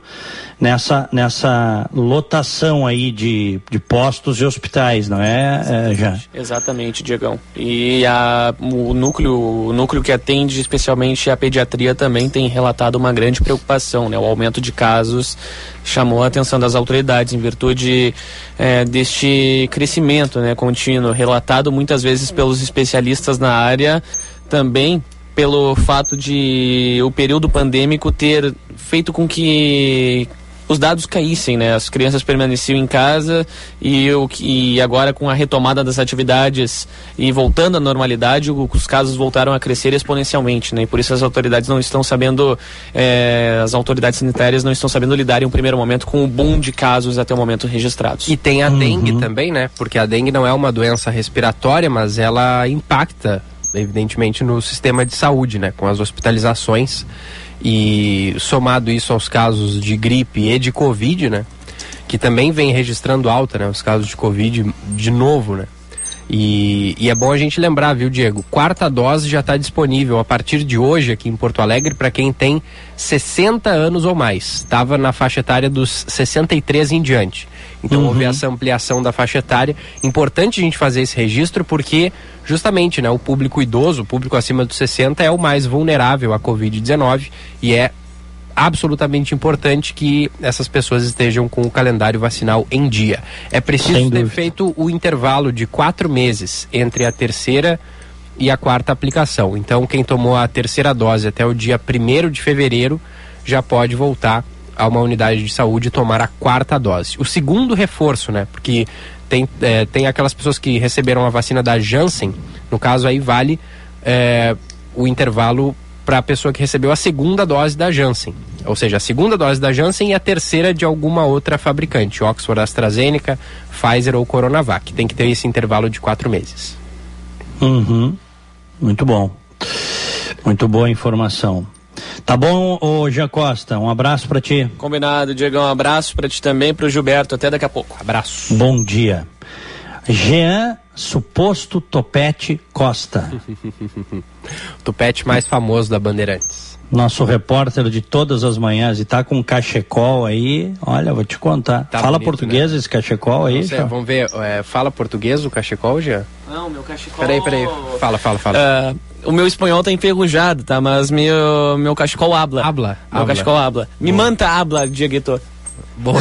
Speaker 2: nessa lotação aí de postos e hospitais, não é, já?
Speaker 4: Exatamente, Diegão. E o núcleo que atende especialmente a pediatria também tem relatado uma grande preocupação, né? O aumento de casos chamou a atenção das autoridades em virtude deste crescimento, né, contínuo, relatado muitas vezes pelos especialistas na área, também pelo fato de o período pandêmico ter feito com que os dados caíssem, né? As crianças permaneciam em casa e agora com a retomada das atividades e voltando à normalidade, os casos voltaram a crescer exponencialmente, né? E por isso as autoridades não estão sabendo, as autoridades sanitárias não estão sabendo lidar em um primeiro momento com o boom de casos até o momento registrados.
Speaker 3: E tem a dengue também, né? Porque a dengue não é uma doença respiratória, mas ela impacta, evidentemente, no sistema de saúde, né? Com as hospitalizações. E somado isso aos casos de gripe e de Covid, né? Que também vem registrando alta, né? Os casos de Covid de novo, né? E é bom a gente lembrar, viu, Diego? 4ª dose já está disponível a partir de hoje aqui em Porto Alegre para quem tem 60 anos ou mais. Estava na faixa etária dos 63 em diante. Então houve essa ampliação da faixa etária. Importante a gente fazer esse registro porque justamente, né, o público idoso, o público acima dos 60 é o mais vulnerável à Covid-19 e é absolutamente importante que essas pessoas estejam com o calendário vacinal em dia. É preciso ter feito o intervalo de 4 meses entre a 3ª e a 4ª aplicação. Então, quem tomou a 3ª dose até o dia 1º de fevereiro já pode voltar a uma unidade de saúde e tomar a 4ª dose. O segundo reforço, né? Porque tem aquelas pessoas que receberam a vacina da Janssen, no caso aí vale o intervalo para a pessoa que recebeu a 2ª dose da Janssen, ou seja, a 2ª dose da Janssen e a 3ª de alguma outra fabricante, Oxford, AstraZeneca, Pfizer ou Coronavac. Tem que ter esse intervalo de 4 meses.
Speaker 2: Muito bom. Muito boa informação. Tá bom, ô Jean Costa, um abraço pra ti.
Speaker 4: Combinado, Diego, um abraço pra ti também, pro Gilberto, até daqui a pouco.
Speaker 3: Abraço.
Speaker 2: Bom dia. Jean Suposto Topete Costa.
Speaker 3: Topete mais famoso da Bandeirantes.
Speaker 2: Nosso repórter de todas as manhãs e tá com um cachecol aí, olha, vou te contar. Tá fala bonito, português, né? Esse cachecol aí?
Speaker 3: Vamos ver, fala português o cachecol, Jean?
Speaker 4: Não, meu cachecol...
Speaker 3: Peraí, fala.
Speaker 4: O meu espanhol tá enferrujado, tá? Mas meu cachecol habla. Meu cachecol habla. Me manta habla, Dieguito.
Speaker 3: Boa.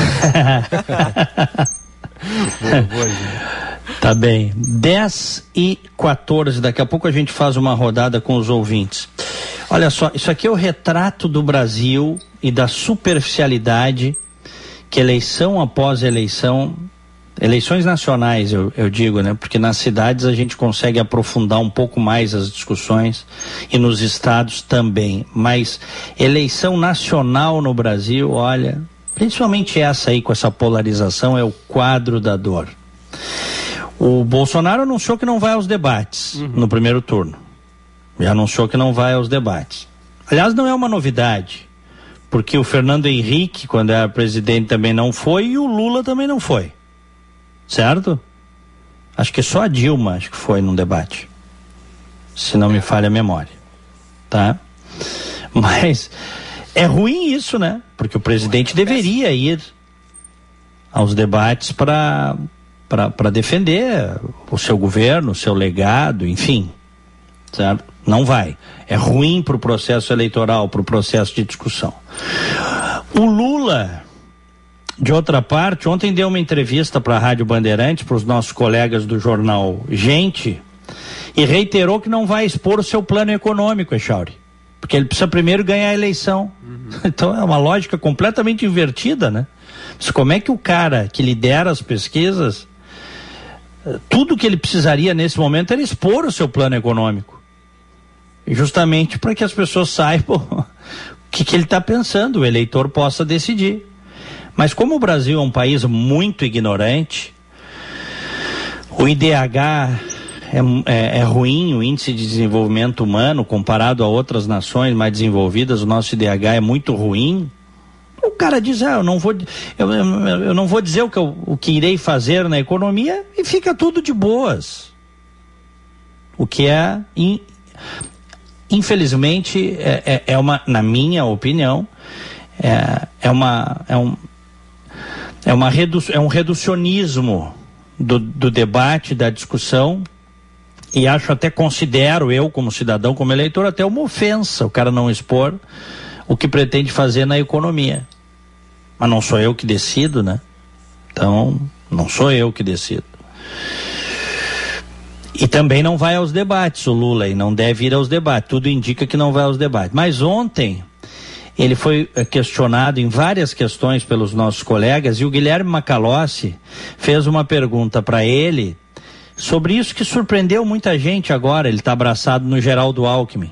Speaker 3: Boa,
Speaker 2: Tá bem. 10h14, daqui a pouco a gente faz uma rodada com os ouvintes. Olha só, isso aqui é o retrato do Brasil e da superficialidade que eleição após eleição Eleições nacionais, eu digo, né? Porque nas cidades a gente consegue aprofundar um pouco mais as discussões e nos estados também. Mas eleição nacional no Brasil, olha, principalmente essa aí com essa polarização, é o quadro da dor. O Bolsonaro anunciou que não vai aos debates no primeiro turno. Já anunciou que não vai aos debates. Aliás, não é uma novidade, porque o Fernando Henrique, quando era presidente, também não foi, e o Lula também não foi. Certo? Acho que só a Dilma acho que foi num debate, se não me falha a memória, tá? Mas é ruim isso, né? Porque o presidente deveria ir aos debates para defender o seu governo, o seu legado, enfim, certo? Não vai. É ruim para o processo eleitoral, para o processo de discussão. O Lula, de outra parte, ontem deu uma entrevista para a Rádio Bandeirantes, para os nossos colegas do jornal Gente, e reiterou que não vai expor o seu plano econômico, Echauri, porque ele precisa primeiro ganhar a eleição. Então é uma lógica completamente invertida, né? Mas como é que o cara que lidera as pesquisas, tudo que ele precisaria nesse momento era expor o seu plano econômico, justamente para que as pessoas saibam o que ele está pensando, o eleitor possa decidir. Mas como o Brasil é um país muito ignorante, o IDH é ruim, o Índice de Desenvolvimento Humano, comparado a outras nações mais desenvolvidas, o nosso IDH é muito ruim. O cara diz, eu não vou dizer o que irei fazer na economia, e fica tudo de boas. O que infelizmente, na minha opinião, é um reducionismo do debate, da discussão, e considero eu, como cidadão, como eleitor, até uma ofensa o cara não expor o que pretende fazer na economia. Mas não sou eu que decido, né? Então, não sou eu que decido. E também não vai aos debates o Lula, e não deve ir aos debates, tudo indica que não vai aos debates. Mas ontem ele foi questionado em várias questões pelos nossos colegas, e o Guilherme Macalossi fez uma pergunta para ele sobre isso que surpreendeu muita gente agora. Ele está abraçado no Geraldo Alckmin.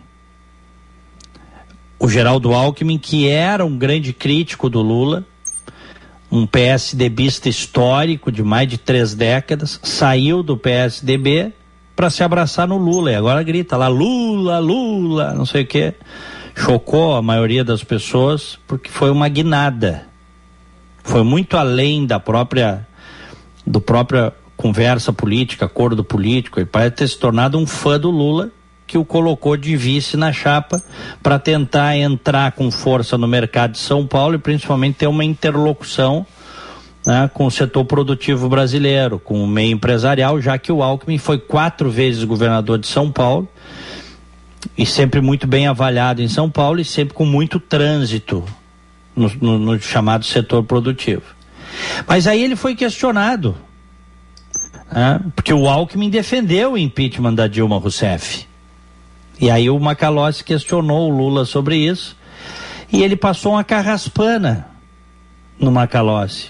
Speaker 2: O Geraldo Alckmin, que era um grande crítico do Lula, um PSDBista histórico de mais de 3 décadas, saiu do PSDB para se abraçar no Lula, e agora grita lá, Lula, Lula, não sei o quê. Chocou a maioria das pessoas, porque foi uma guinada. Foi muito além da própria conversa política, acordo político. Ele parece ter se tornado um fã do Lula, que o colocou de vice na chapa para tentar entrar com força no mercado de São Paulo e principalmente ter uma interlocução, né, com o setor produtivo brasileiro, com o meio empresarial, já que o Alckmin foi 4 vezes governador de São Paulo e sempre muito bem avaliado em São Paulo e sempre com muito trânsito no chamado setor produtivo. Mas aí ele foi questionado, né, porque o Alckmin defendeu o impeachment da Dilma Rousseff. E aí o Macalossi questionou o Lula sobre isso, e ele passou uma carraspana no Macalossi.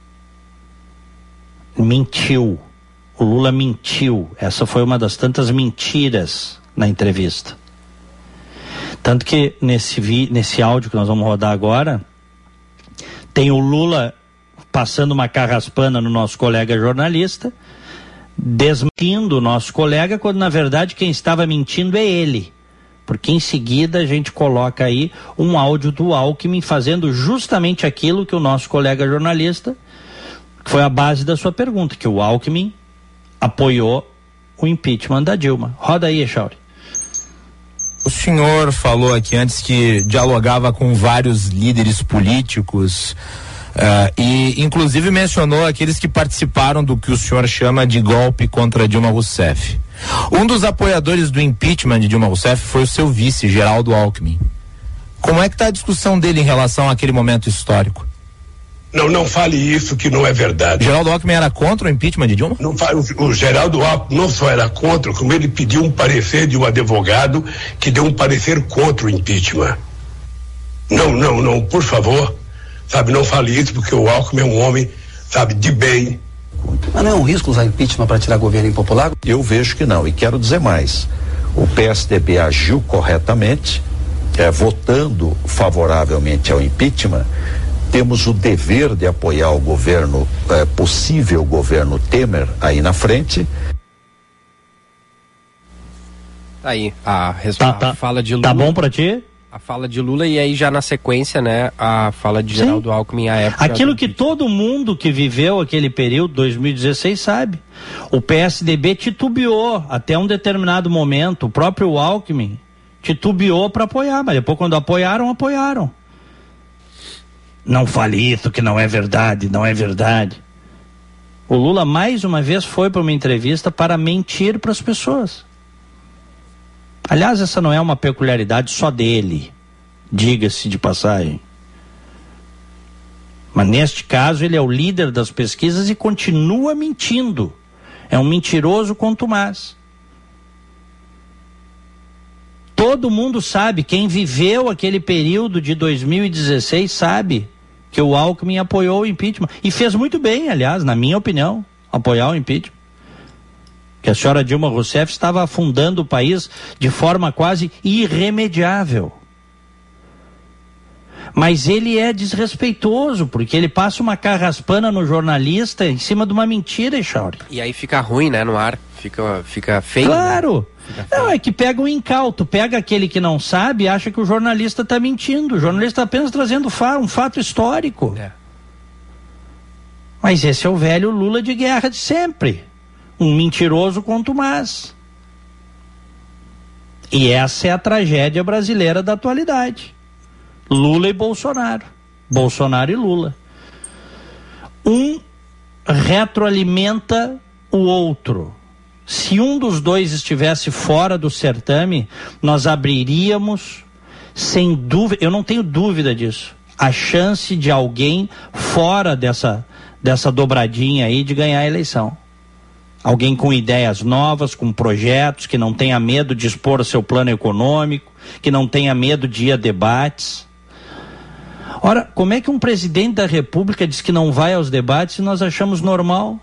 Speaker 2: Mentiu. O Lula mentiu. Essa foi uma das tantas mentiras na entrevista. Tanto que nesse áudio que nós vamos rodar agora, tem o Lula passando uma carraspana no nosso colega jornalista, desmentindo o nosso colega, quando na verdade quem estava mentindo é ele, porque em seguida a gente coloca aí um áudio do Alckmin fazendo justamente aquilo que o nosso colega jornalista, que foi a base da sua pergunta, que o Alckmin apoiou o impeachment da Dilma. Roda aí, Echauri.
Speaker 6: O senhor falou aqui antes que dialogava com vários líderes políticos, e inclusive mencionou aqueles que participaram do que o senhor chama de golpe contra Dilma Rousseff. Um dos apoiadores do impeachment de Dilma Rousseff foi o seu vice, Geraldo Alckmin. Como é que está a discussão dele em relação àquele momento histórico?
Speaker 7: Não fale isso, que não é verdade.
Speaker 6: Geraldo Alckmin era contra o impeachment de Dilma?
Speaker 7: Não, o Geraldo Alckmin não só era contra, como ele pediu um parecer de um advogado que deu um parecer contra o impeachment. Não, por favor, sabe, não fale isso, porque o Alckmin é um homem, sabe, de bem,
Speaker 8: histórico.
Speaker 9: Mas não é um risco usar impeachment para tirar governo impopular?
Speaker 8: Eu vejo que não, e quero dizer mais. O PSDB agiu corretamente, votando favoravelmente ao impeachment. Temos o dever de apoiar o governo, possível governo Temer aí na frente.
Speaker 3: Aí, a fala de Lula.
Speaker 2: Tá bom pra ti?
Speaker 3: A fala de Lula e aí já na sequência, né, a fala de Geraldo Alckmin à época.
Speaker 2: Aquilo que todo mundo que viveu aquele período, 2016, sabe. O PSDB titubeou até um determinado momento, o próprio Alckmin titubeou para apoiar, mas depois quando apoiaram. Não fale isso que não é verdade, não é verdade. O Lula mais uma vez foi para uma entrevista para mentir para as pessoas. Aliás, essa não é uma peculiaridade só dele, diga-se de passagem. Mas neste caso ele é o líder das pesquisas e continua mentindo. É um mentiroso contumaz. Todo mundo sabe, quem viveu aquele período de 2016 sabe que o Alckmin apoiou o impeachment. E fez muito bem, aliás, na minha opinião, apoiar o impeachment. Que a senhora Dilma Rousseff estava afundando o país de forma quase irremediável. Mas ele é desrespeitoso, porque ele passa uma carraspana no jornalista em cima de uma mentira, Echauri.
Speaker 3: E aí fica ruim, né, no ar. Fica feio.
Speaker 2: Claro.
Speaker 3: Né? Fica feio.
Speaker 2: Não, é que pega um incauto, pega aquele que não sabe e acha que o jornalista está mentindo. O jornalista está apenas trazendo um fato histórico. É. Mas esse é o velho Lula de guerra de sempre. Um mentiroso contumaz. E essa é a tragédia brasileira da atualidade. Lula e Bolsonaro. Bolsonaro e Lula. Um retroalimenta o outro. Se um dos dois estivesse fora do certame, nós abriríamos, sem dúvida, eu não tenho dúvida disso, a chance de alguém fora dessa dobradinha aí de ganhar a eleição. Alguém com ideias novas, com projetos, que não tenha medo de expor o seu plano econômico, que não tenha medo de ir a debates. Ora, como é que um presidente da República diz que não vai aos debates e nós achamos normal?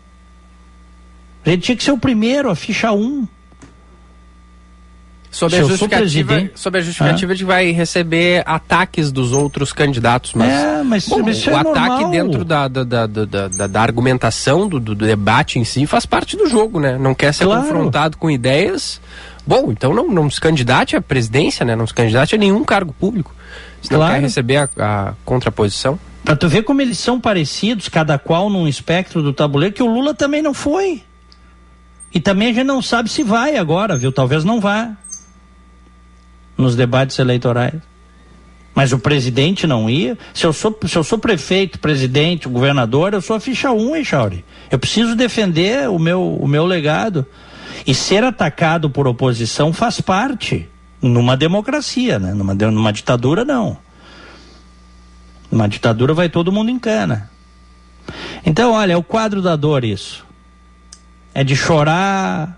Speaker 2: A gente tinha que ser o primeiro, a ficha 1.
Speaker 3: Sob a justificativa de que vai receber ataques dos outros candidatos, mas
Speaker 2: bom, isso
Speaker 3: o
Speaker 2: é
Speaker 3: ataque
Speaker 2: normal.
Speaker 3: Dentro da argumentação, do debate em si, faz parte do jogo, né? Não quer ser confrontado com ideias. Bom, então não se candidate à presidência, né? Não se candidate a nenhum cargo público. Se não quer receber a contraposição.
Speaker 2: Pra tu ver como eles são parecidos, cada qual num espectro do tabuleiro, que o Lula também não foi. E também a gente não sabe se vai agora, viu? Talvez não vá nos debates eleitorais. Mas o presidente não ia. Se eu sou prefeito, presidente, governador, eu sou a ficha 1, Echauri. Eu preciso defender o meu legado. E ser atacado por oposição faz parte. Numa democracia, né? Numa ditadura, não. Numa ditadura vai todo mundo em cana. Então, olha, é o quadro da dor isso. É de chorar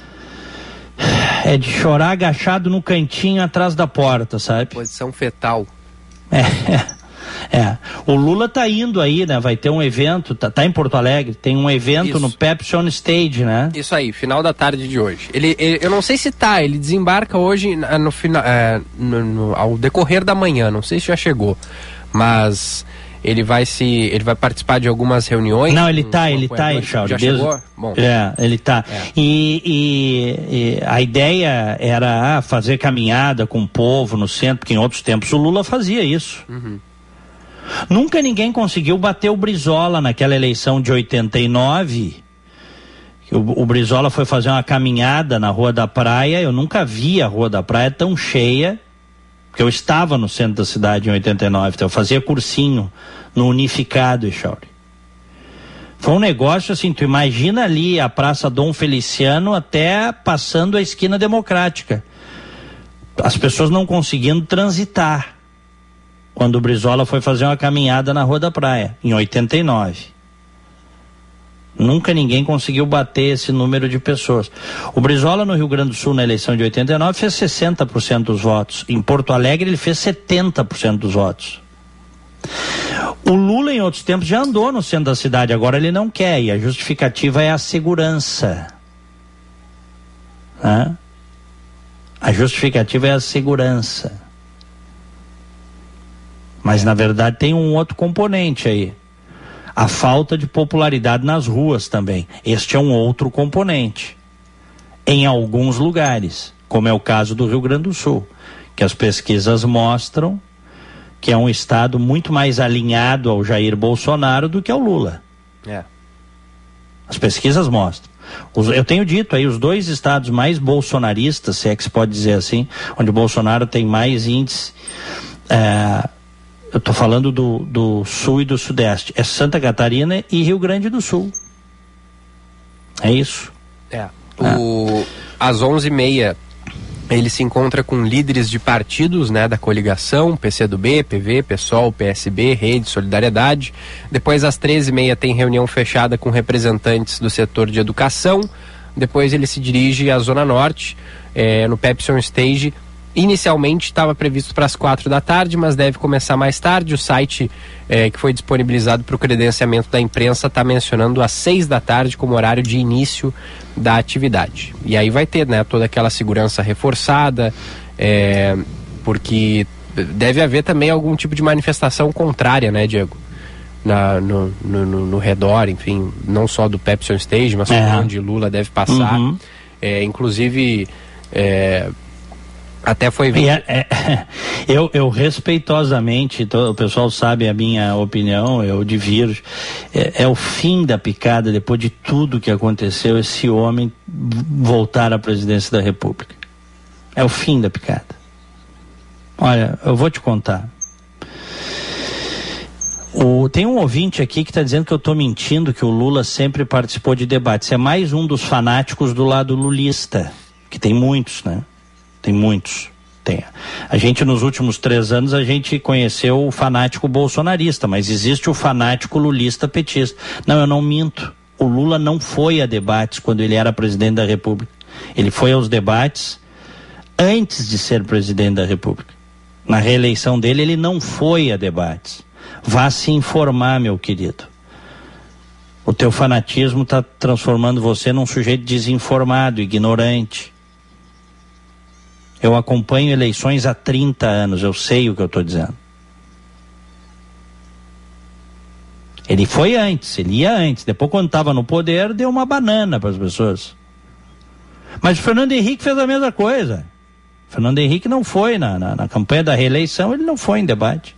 Speaker 2: agachado no cantinho atrás da porta, sabe?
Speaker 3: Posição fetal.
Speaker 2: O Lula tá indo aí, né? Vai ter um evento, tá em Porto Alegre, tem um evento no Pepsi On Stage, né?
Speaker 3: Isso aí, final da tarde de hoje. Eu não sei se ele desembarca hoje no final, ao decorrer da manhã, não sei se já chegou, mas ele vai participar de algumas reuniões.
Speaker 2: Não, ele tá, Echauri.
Speaker 3: Já chegou? Bom.
Speaker 2: Ele tá. E a ideia era fazer caminhada com o povo no centro, porque em outros tempos o Lula fazia isso. Uhum. Nunca ninguém conseguiu bater o Brizola naquela eleição de 89. O Brizola foi fazer uma caminhada na Rua da Praia. Eu nunca vi a Rua da Praia tão cheia, porque eu estava no centro da cidade em 89, então eu fazia cursinho no Unificado, Echauri. Foi um negócio assim, tu imagina ali a Praça Dom Feliciano até passando a esquina Democrática. As pessoas não conseguindo transitar quando o Brizola foi fazer uma caminhada na Rua da Praia, em 89. Nunca ninguém conseguiu bater esse número de pessoas. O Brizola no Rio Grande do Sul, na eleição de 89, fez 60% dos votos. Em Porto Alegre ele fez 70% dos votos. O Lula, em outros tempos, já andou no centro da cidade, agora ele não quer, e a justificativa é a segurança. A justificativa é a segurança. Mas, na verdade, tem um outro componente aí. A falta de popularidade nas ruas também. Este é um outro componente. Em alguns lugares, como é o caso do Rio Grande do Sul, que as pesquisas mostram que é um estado muito mais alinhado ao Jair Bolsonaro do que ao Lula. As pesquisas mostram. Eu tenho dito aí, os 2 estados mais bolsonaristas, se é que se pode dizer assim, onde o Bolsonaro tem mais índice, eu estou falando do Sul e do Sudeste, é Santa Catarina e Rio Grande do Sul. É isso.
Speaker 3: Às 11h30, ele se encontra com líderes de partidos, né, da coligação, PCdoB, PV, PSOL, PSB, Rede, Solidariedade. Depois, às 13h30, tem reunião fechada com representantes do setor de educação. Depois ele se dirige à Zona Norte, no Pepsi On Stage. Inicialmente estava previsto para as 4 da tarde, mas deve começar mais tarde. O site que foi disponibilizado para o credenciamento da imprensa está mencionando às 6 da tarde como horário de início da atividade. E aí vai ter, né, toda aquela segurança reforçada, porque deve haver também algum tipo de manifestação contrária, né, Diego? No redor, enfim, não só do Pepsi On Stage, mas onde Lula deve passar. Inclusive... até foi
Speaker 2: eu respeitosamente, o pessoal sabe a minha opinião, eu divirjo, é o fim da picada. Depois de tudo que aconteceu, esse homem voltar à presidência da República, é o fim da picada. Olha, eu vou te contar, tem um ouvinte aqui que está dizendo que eu estou mentindo, que o Lula sempre participou de debates. É mais um dos fanáticos do lado lulista, que tem muitos, né? Tem muitos. A gente, nos últimos 3 anos, a gente conheceu o fanático bolsonarista, mas existe o fanático lulista petista. Não, eu não minto. O Lula não foi a debates quando ele era presidente da República. Ele foi aos debates antes de ser presidente da República. Na reeleição dele, ele não foi a debates. Vá se informar, meu querido. O teu fanatismo está transformando você num sujeito desinformado, ignorante. Eu acompanho eleições há 30 anos, eu sei o que eu estou dizendo. Ele foi antes, ele ia antes. Depois, quando estava no poder, deu uma banana para as pessoas. Mas o Fernando Henrique fez a mesma coisa. O Fernando Henrique não foi na campanha da reeleição, ele não foi em debate.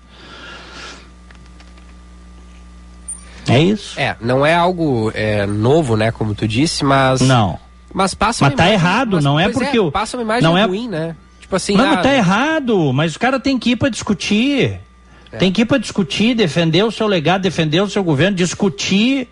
Speaker 2: É isso.
Speaker 3: Não é algo novo, né, como tu disse, mas...
Speaker 2: Não.
Speaker 3: Mas passa uma
Speaker 2: imagem, tá errado, não é porque
Speaker 3: passa uma imagem
Speaker 2: não
Speaker 3: ruim, né? Tipo assim,
Speaker 2: não, mas tá errado, mas o cara tem que ir para discutir. Tem que ir para discutir, defender o seu legado, defender o seu governo, discutir,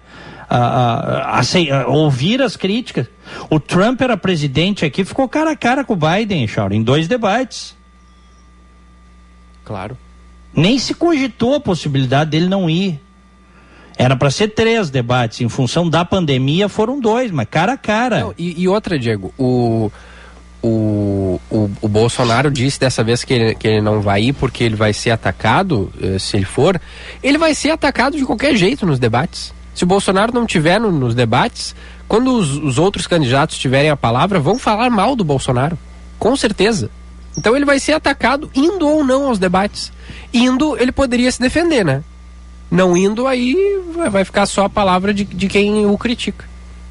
Speaker 2: ouvir as críticas. O Trump era presidente aqui, ficou cara a cara com o Biden, Chauri, em 2 debates.
Speaker 3: Claro.
Speaker 2: Nem se cogitou a possibilidade dele não ir. Era para ser 3 debates, em função da pandemia foram 2, mas cara a cara.
Speaker 3: Não, e outra, Diego, o Bolsonaro disse dessa vez que ele não vai ir porque ele vai ser atacado, se ele for. Ele vai ser atacado de qualquer jeito nos debates. Se o Bolsonaro não estiver nos debates, quando os outros candidatos tiverem a palavra, vão falar mal do Bolsonaro, com certeza. Então ele vai ser atacado indo ou não aos debates. Indo, ele poderia se defender, né? Não indo, aí vai ficar só a palavra de quem o critica.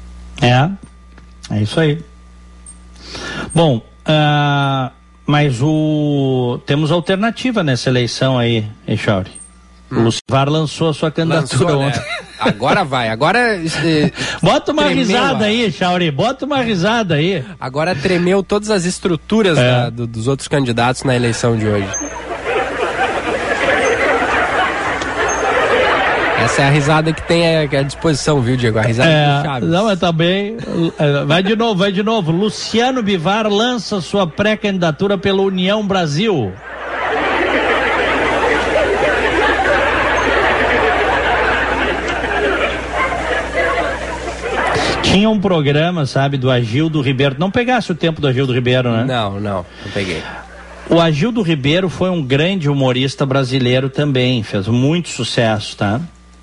Speaker 2: É isso aí. Bom, mas temos alternativa nessa eleição aí, Echauri. O Lucivar lançou a sua candidatura ontem. Né?
Speaker 3: Agora vai, agora...
Speaker 2: Bota uma risada aí, Chauri, bota uma risada aí.
Speaker 3: Agora tremeu todas as estruturas dos outros candidatos na eleição de hoje. Essa é a risada que tem à disposição, viu, Diego? A risada do Chaves.
Speaker 2: Não, mas tá bem. Vai de novo. Luciano Bivar lança sua pré-candidatura pela União Brasil. Tinha um programa, sabe, do Agildo Ribeiro. Não pegasse o tempo do Agildo Ribeiro, né?
Speaker 3: Não peguei.
Speaker 2: O Agildo Ribeiro foi um grande humorista brasileiro também, fez muito sucesso, tá?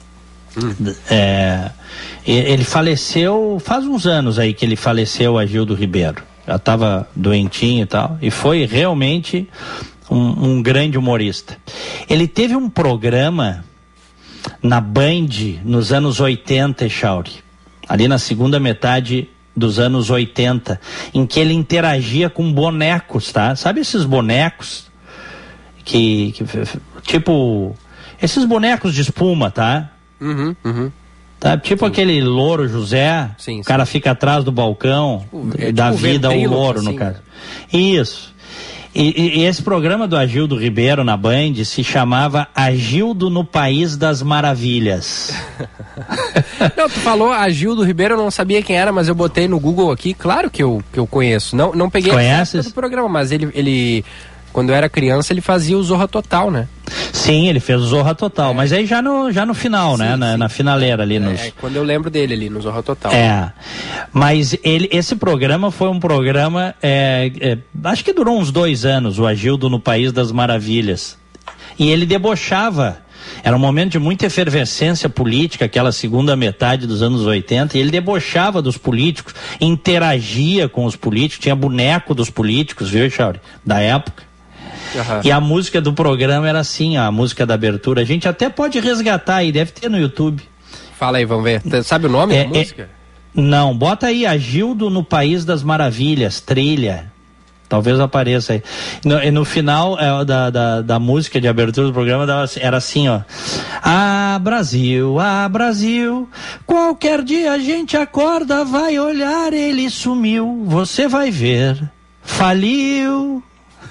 Speaker 2: Ele faleceu, faz uns anos aí que ele faleceu, o Agildo Ribeiro. Já estava doentinho e tal, e foi realmente um grande humorista. Ele teve um programa na Band nos anos 80, Echauri, ali na segunda metade dos anos 80, em que ele interagia com bonecos, tá? Sabe esses bonecos que tipo, esses bonecos de espuma, tá? Tá? Tipo aquele louro José, o cara fica atrás do balcão, dá vida ao louro, assim, no caso. Isso. E esse programa do Agildo Ribeiro na Band se chamava Agildo no País das Maravilhas.
Speaker 3: Não, tu falou Agildo Ribeiro, eu não sabia quem era, mas eu botei no Google aqui, claro que eu conheço. Não peguei a do programa, mas ele quando eu era criança, ele fazia o Zorra Total, né?
Speaker 2: Sim, ele fez o Zorra Total, mas aí já no final, sim, né? Na finaleira ali.
Speaker 3: Quando eu lembro dele ali, no Zorra Total.
Speaker 2: Mas esse programa foi um programa, acho que durou uns 2 anos, o Agildo no País das Maravilhas. E ele debochava. Era um momento de muita efervescência política, aquela segunda metade dos anos 80, e ele debochava dos políticos, interagia com os políticos, tinha boneco dos políticos, viu, Chauri? Da época. E a música do programa era assim, a música da abertura. A gente até pode resgatar aí, deve ter no YouTube.
Speaker 3: Fala aí, vamos ver. Sabe o nome da música?
Speaker 2: Não, bota aí Agildo no País das Maravilhas, trilha. Talvez apareça aí. No final da música de abertura do programa era assim, ó. Brasil, Brasil, qualquer dia a gente acorda, vai olhar, ele sumiu, você vai ver, faliu.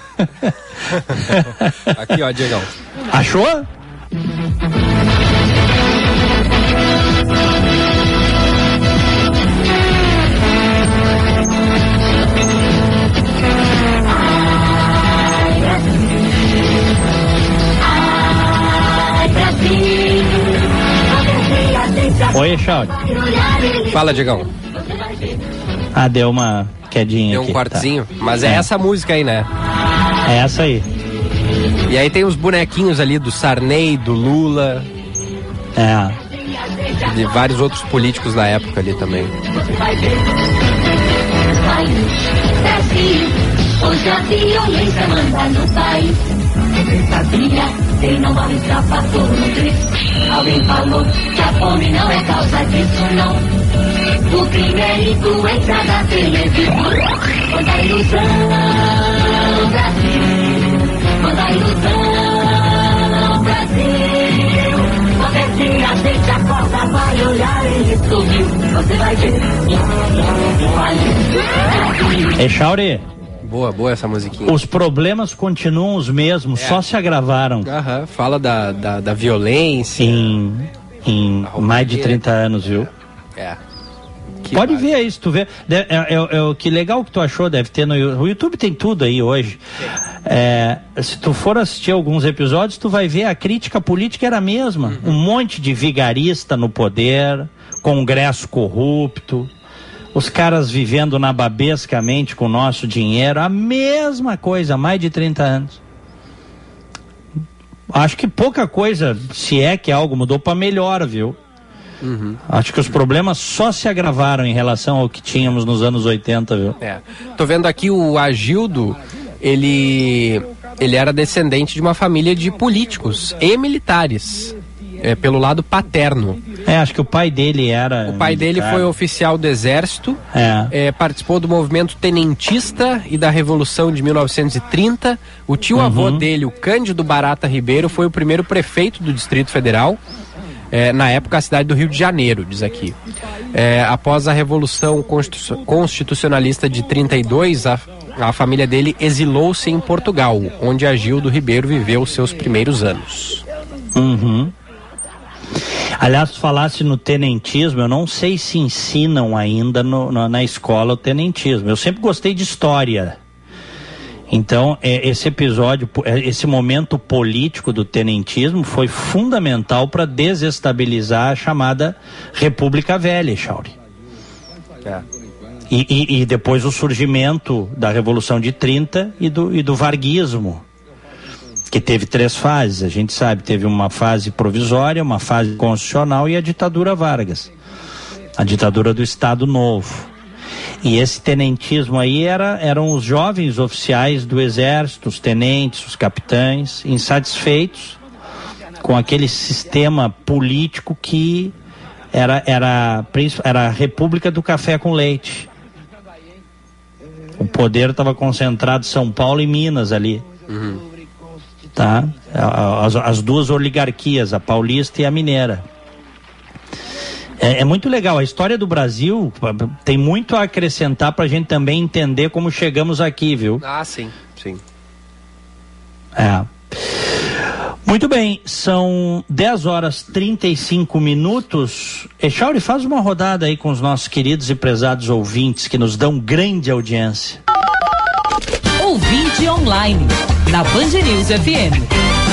Speaker 3: Aqui, ó, Diegão.
Speaker 2: Achou? Oi, Echauri.
Speaker 3: Fala, Diegão.
Speaker 2: Deu uma quedinha
Speaker 3: aqui. Deu um cortezinho. Tá. Mas é essa música aí, né?
Speaker 2: É essa aí.
Speaker 3: E aí tem os bonequinhos ali do Sarney, do Lula. De vários outros políticos da época ali também.
Speaker 10: Hoje a violência manda no país. Você sabia? Quem não morre escapa por um triz. Alguém falou que a fome não é causa disso, não. O crime é influência da televisão. Manda a ilusão, Brasil. Manda a ilusão, Brasil. Qualquer dia a gente acorda, vai olhar e sumiu. Você vai ver.
Speaker 2: Echauri.
Speaker 3: Boa essa musiquinha.
Speaker 2: Os problemas continuam os mesmos, só se agravaram.
Speaker 3: Fala da violência.
Speaker 2: Em mais de 30 anos, viu? Pode ver isso, tu vê. Que legal que tu achou, deve ter o YouTube tem tudo aí hoje. Se tu for assistir alguns episódios, tu vai ver a crítica política era a mesma. Um monte de vigarista no poder, Congresso corrupto. Os caras vivendo nababescamente com o nosso dinheiro, a mesma coisa, há mais de 30 anos. Acho que pouca coisa, se é que algo mudou para melhor, viu? Acho que os problemas só se agravaram em relação ao que tínhamos nos anos 80, viu?
Speaker 3: Tô vendo aqui o Agildo, ele era descendente de uma família de políticos e militares. Pelo lado paterno.
Speaker 2: Acho que o pai dele era...
Speaker 3: O pai dele foi oficial do exército, participou do movimento tenentista e da Revolução de 1930. O tio-avô dele, o Cândido Barata Ribeiro, foi o primeiro prefeito do Distrito Federal, na época a cidade do Rio de Janeiro, diz aqui. Após a Revolução Constitucionalista de 32, a família dele exilou-se em Portugal, onde Agildo Ribeiro viveu seus primeiros anos.
Speaker 2: Aliás, tu falasse no tenentismo, eu não sei se ensinam ainda na escola o tenentismo. Eu sempre gostei de história. Então, esse episódio, esse momento político do tenentismo foi fundamental para desestabilizar a chamada República Velha, Chauri. E depois o surgimento da Revolução de 30 e do varguismo, que teve 3 fases, a gente sabe, teve uma fase provisória, uma fase constitucional e a ditadura Vargas, a ditadura do Estado Novo. E esse tenentismo aí eram os jovens oficiais do Exército, os tenentes, os capitães, insatisfeitos com aquele sistema político que era a República do Café com Leite. O poder estava concentrado em São Paulo e Minas ali. Tá? As duas oligarquias, a paulista e a mineira. É muito legal, a história do Brasil tem muito a acrescentar para a gente também entender como chegamos aqui, viu?
Speaker 3: Ah, sim.
Speaker 2: Muito bem, são 10h35. Echauri, faz uma rodada aí com os nossos queridos e prezados ouvintes que nos dão grande audiência.
Speaker 1: Ouvinte online, na Band News FM.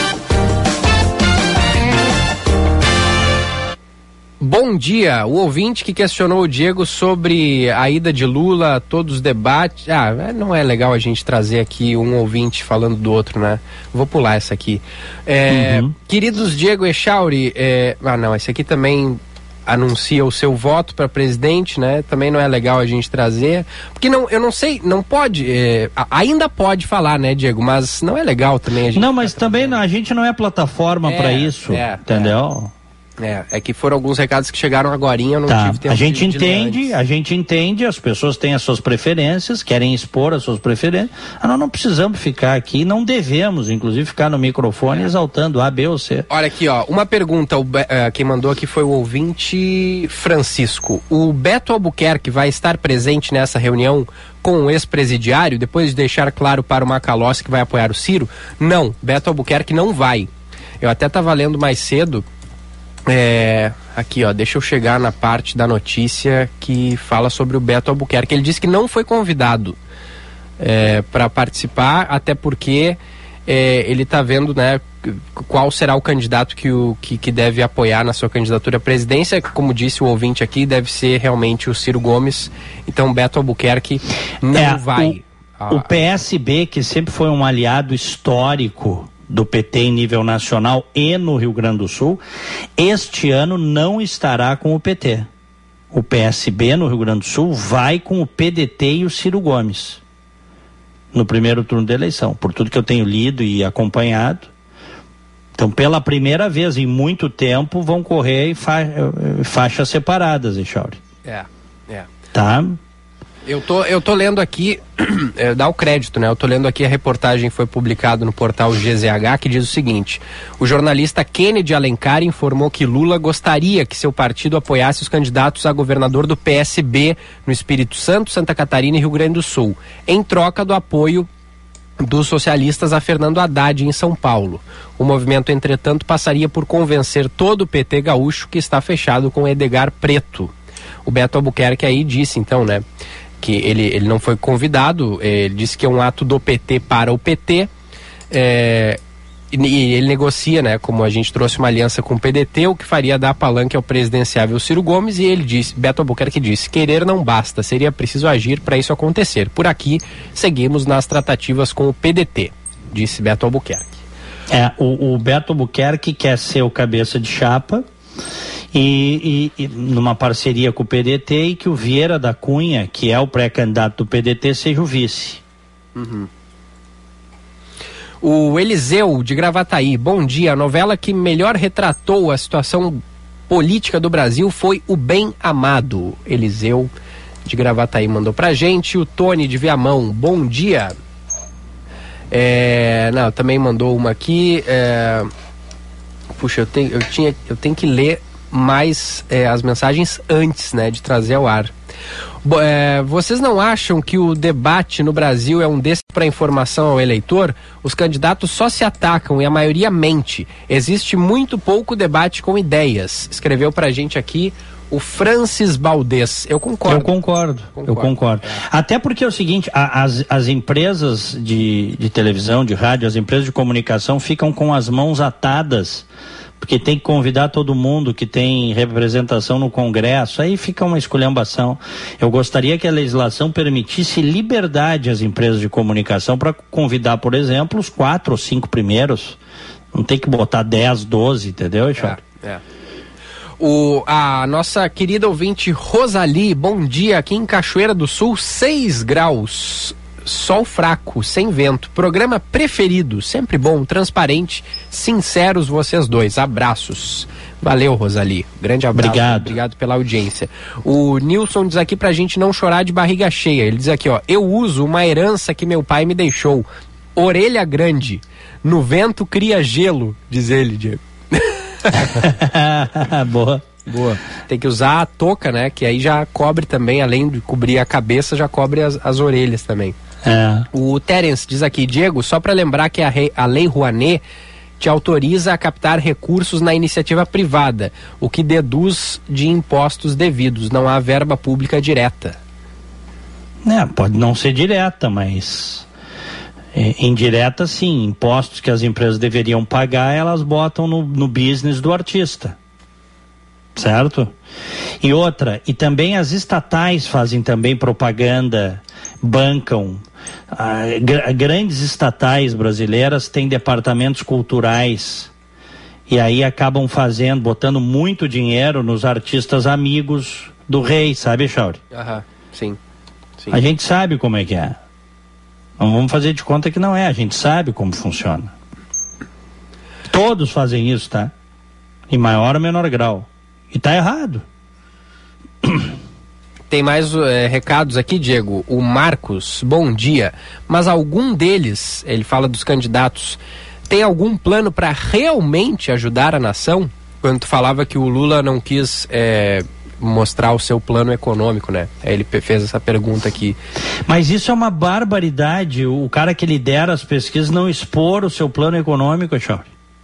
Speaker 3: Bom dia, o ouvinte que questionou o Diego sobre a ida de Lula, todos os debates. Não é legal a gente trazer aqui um ouvinte falando do outro, né? Vou pular essa aqui. Queridos Diego Echauri, esse aqui também anuncia o seu voto para presidente, né? Também não é legal a gente trazer, porque eu não sei, não pode, ainda pode falar, né, Diego, mas não é legal também a gente...
Speaker 2: Não, mas também a gente não é plataforma para isso, entendeu?
Speaker 3: É que foram alguns recados que chegaram agorinha, eu não tive tempo
Speaker 2: a gente entende, as pessoas têm as suas preferências, querem expor as suas preferências, nós não precisamos ficar aqui, não devemos, inclusive, ficar no microfone exaltando A, B ou C.
Speaker 3: Olha aqui, uma pergunta, quem mandou aqui foi o ouvinte Francisco. O Beto Albuquerque vai estar presente nessa reunião com o ex-presidiário, depois de deixar claro para o Macalossi que vai apoiar o Ciro? Não, Beto Albuquerque não vai. Eu até estava lendo mais cedo, aqui, deixa eu chegar na parte da notícia que fala sobre o Beto Albuquerque. Ele disse que não foi convidado para participar, até porque ele está vendo, né, qual será o candidato que deve apoiar na sua candidatura à presidência. Como disse o ouvinte aqui, deve ser realmente o Ciro Gomes. Então, Beto Albuquerque não vai.
Speaker 2: O PSB, que sempre foi um aliado histórico do PT em nível nacional e no Rio Grande do Sul, este ano não estará com o PT. O PSB no Rio Grande do Sul vai com o PDT e o Ciro Gomes no primeiro turno da eleição, por tudo que eu tenho lido e acompanhado. Então, pela primeira vez em muito tempo, vão correr em faixas separadas, Echauri. Tá?
Speaker 3: Eu tô lendo aqui, dá o crédito, né? Eu tô lendo aqui a reportagem que foi publicada no portal GZH, que diz o seguinte: o jornalista Kennedy Alencar informou que Lula gostaria que seu partido apoiasse os candidatos a governador do PSB no Espírito Santo, Santa Catarina e Rio Grande do Sul, em troca do apoio dos socialistas a Fernando Haddad em São Paulo. O movimento, entretanto, passaria por convencer todo o PT gaúcho que está fechado com Edgar Preto. O Beto Albuquerque aí disse, então, né, que ele não foi convidado, ele disse que é um ato do PT para o PT, e ele negocia, né, como a gente trouxe uma aliança com o PDT, o que faria dar palanque ao presidenciável Ciro Gomes, e ele disse, Beto Albuquerque disse, querer não basta, seria preciso agir para isso acontecer. Por aqui, seguimos nas tratativas com o PDT, disse Beto Albuquerque.
Speaker 2: O Beto Albuquerque quer ser o cabeça de chapa, e numa parceria com o PDT, e que o Vieira da Cunha, que é o pré-candidato do PDT, seja o vice.
Speaker 3: O Eliseu de Gravataí, bom dia. A novela que melhor retratou a situação política do Brasil foi O Bem Amado. Eliseu de Gravataí mandou pra gente. O Tony de Viamão, bom dia. Também mandou uma aqui. Puxa, eu tenho que ler mais as mensagens antes, né, de trazer ao ar. Vocês não acham que o debate no Brasil é um desses para informação ao eleitor? Os candidatos só se atacam e a maioria mente. Existe muito pouco debate com ideias. Escreveu pra gente aqui o Francis Baldez. Eu concordo.
Speaker 2: Eu concordo. Até porque é o seguinte, as empresas de televisão, de rádio, as empresas de comunicação ficam com as mãos atadas porque tem que convidar todo mundo que tem representação no Congresso, aí fica uma esculhambação. Eu gostaria que a legislação permitisse liberdade às empresas de comunicação para convidar, por exemplo, os 4 ou 5 primeiros. Não tem que botar 10, 12, entendeu, Charles?
Speaker 3: A nossa querida ouvinte Rosali, bom dia, aqui em Cachoeira do Sul, 6 graus, sol fraco, sem vento, programa preferido, sempre bom, transparente, sinceros vocês dois, abraços. Valeu, Rosali, grande abraço, obrigado pela audiência. O Nilson diz aqui pra gente não chorar de barriga cheia, ele diz aqui, ó, eu uso uma herança que meu pai me deixou, orelha grande, no vento cria gelo, diz ele, Diego.
Speaker 2: Boa.
Speaker 3: Tem que usar a touca, né? Que aí já cobre também, além de cobrir a cabeça, já cobre as orelhas também. O Terence diz aqui, Diego, só para lembrar que a Lei Rouanet te autoriza a captar recursos na iniciativa privada, o que deduz de impostos devidos, não há verba pública direta.
Speaker 2: Pode não ser direta, mas indireta sim, impostos que as empresas deveriam pagar, elas botam no business do artista, certo? E outra, e também as estatais fazem também propaganda, bancam, grandes estatais brasileiras têm departamentos culturais e aí acabam botando muito dinheiro nos artistas amigos do rei, sabe, Chauri?
Speaker 3: Sim.
Speaker 2: A gente sabe como é que é. Não vamos fazer de conta que não é, a gente sabe como funciona. Todos fazem isso, tá? Em maior ou menor grau. E tá errado.
Speaker 3: Tem mais recados aqui, Diego. O Marcos, bom dia. Mas algum deles, ele fala dos candidatos, tem algum plano para realmente ajudar a nação? Quando tu falava que o Lula não quis mostrar o seu plano econômico, né? Ele fez essa pergunta aqui.
Speaker 2: Mas isso é uma barbaridade, o cara que lidera as pesquisas não expor o seu plano econômico, Chauri.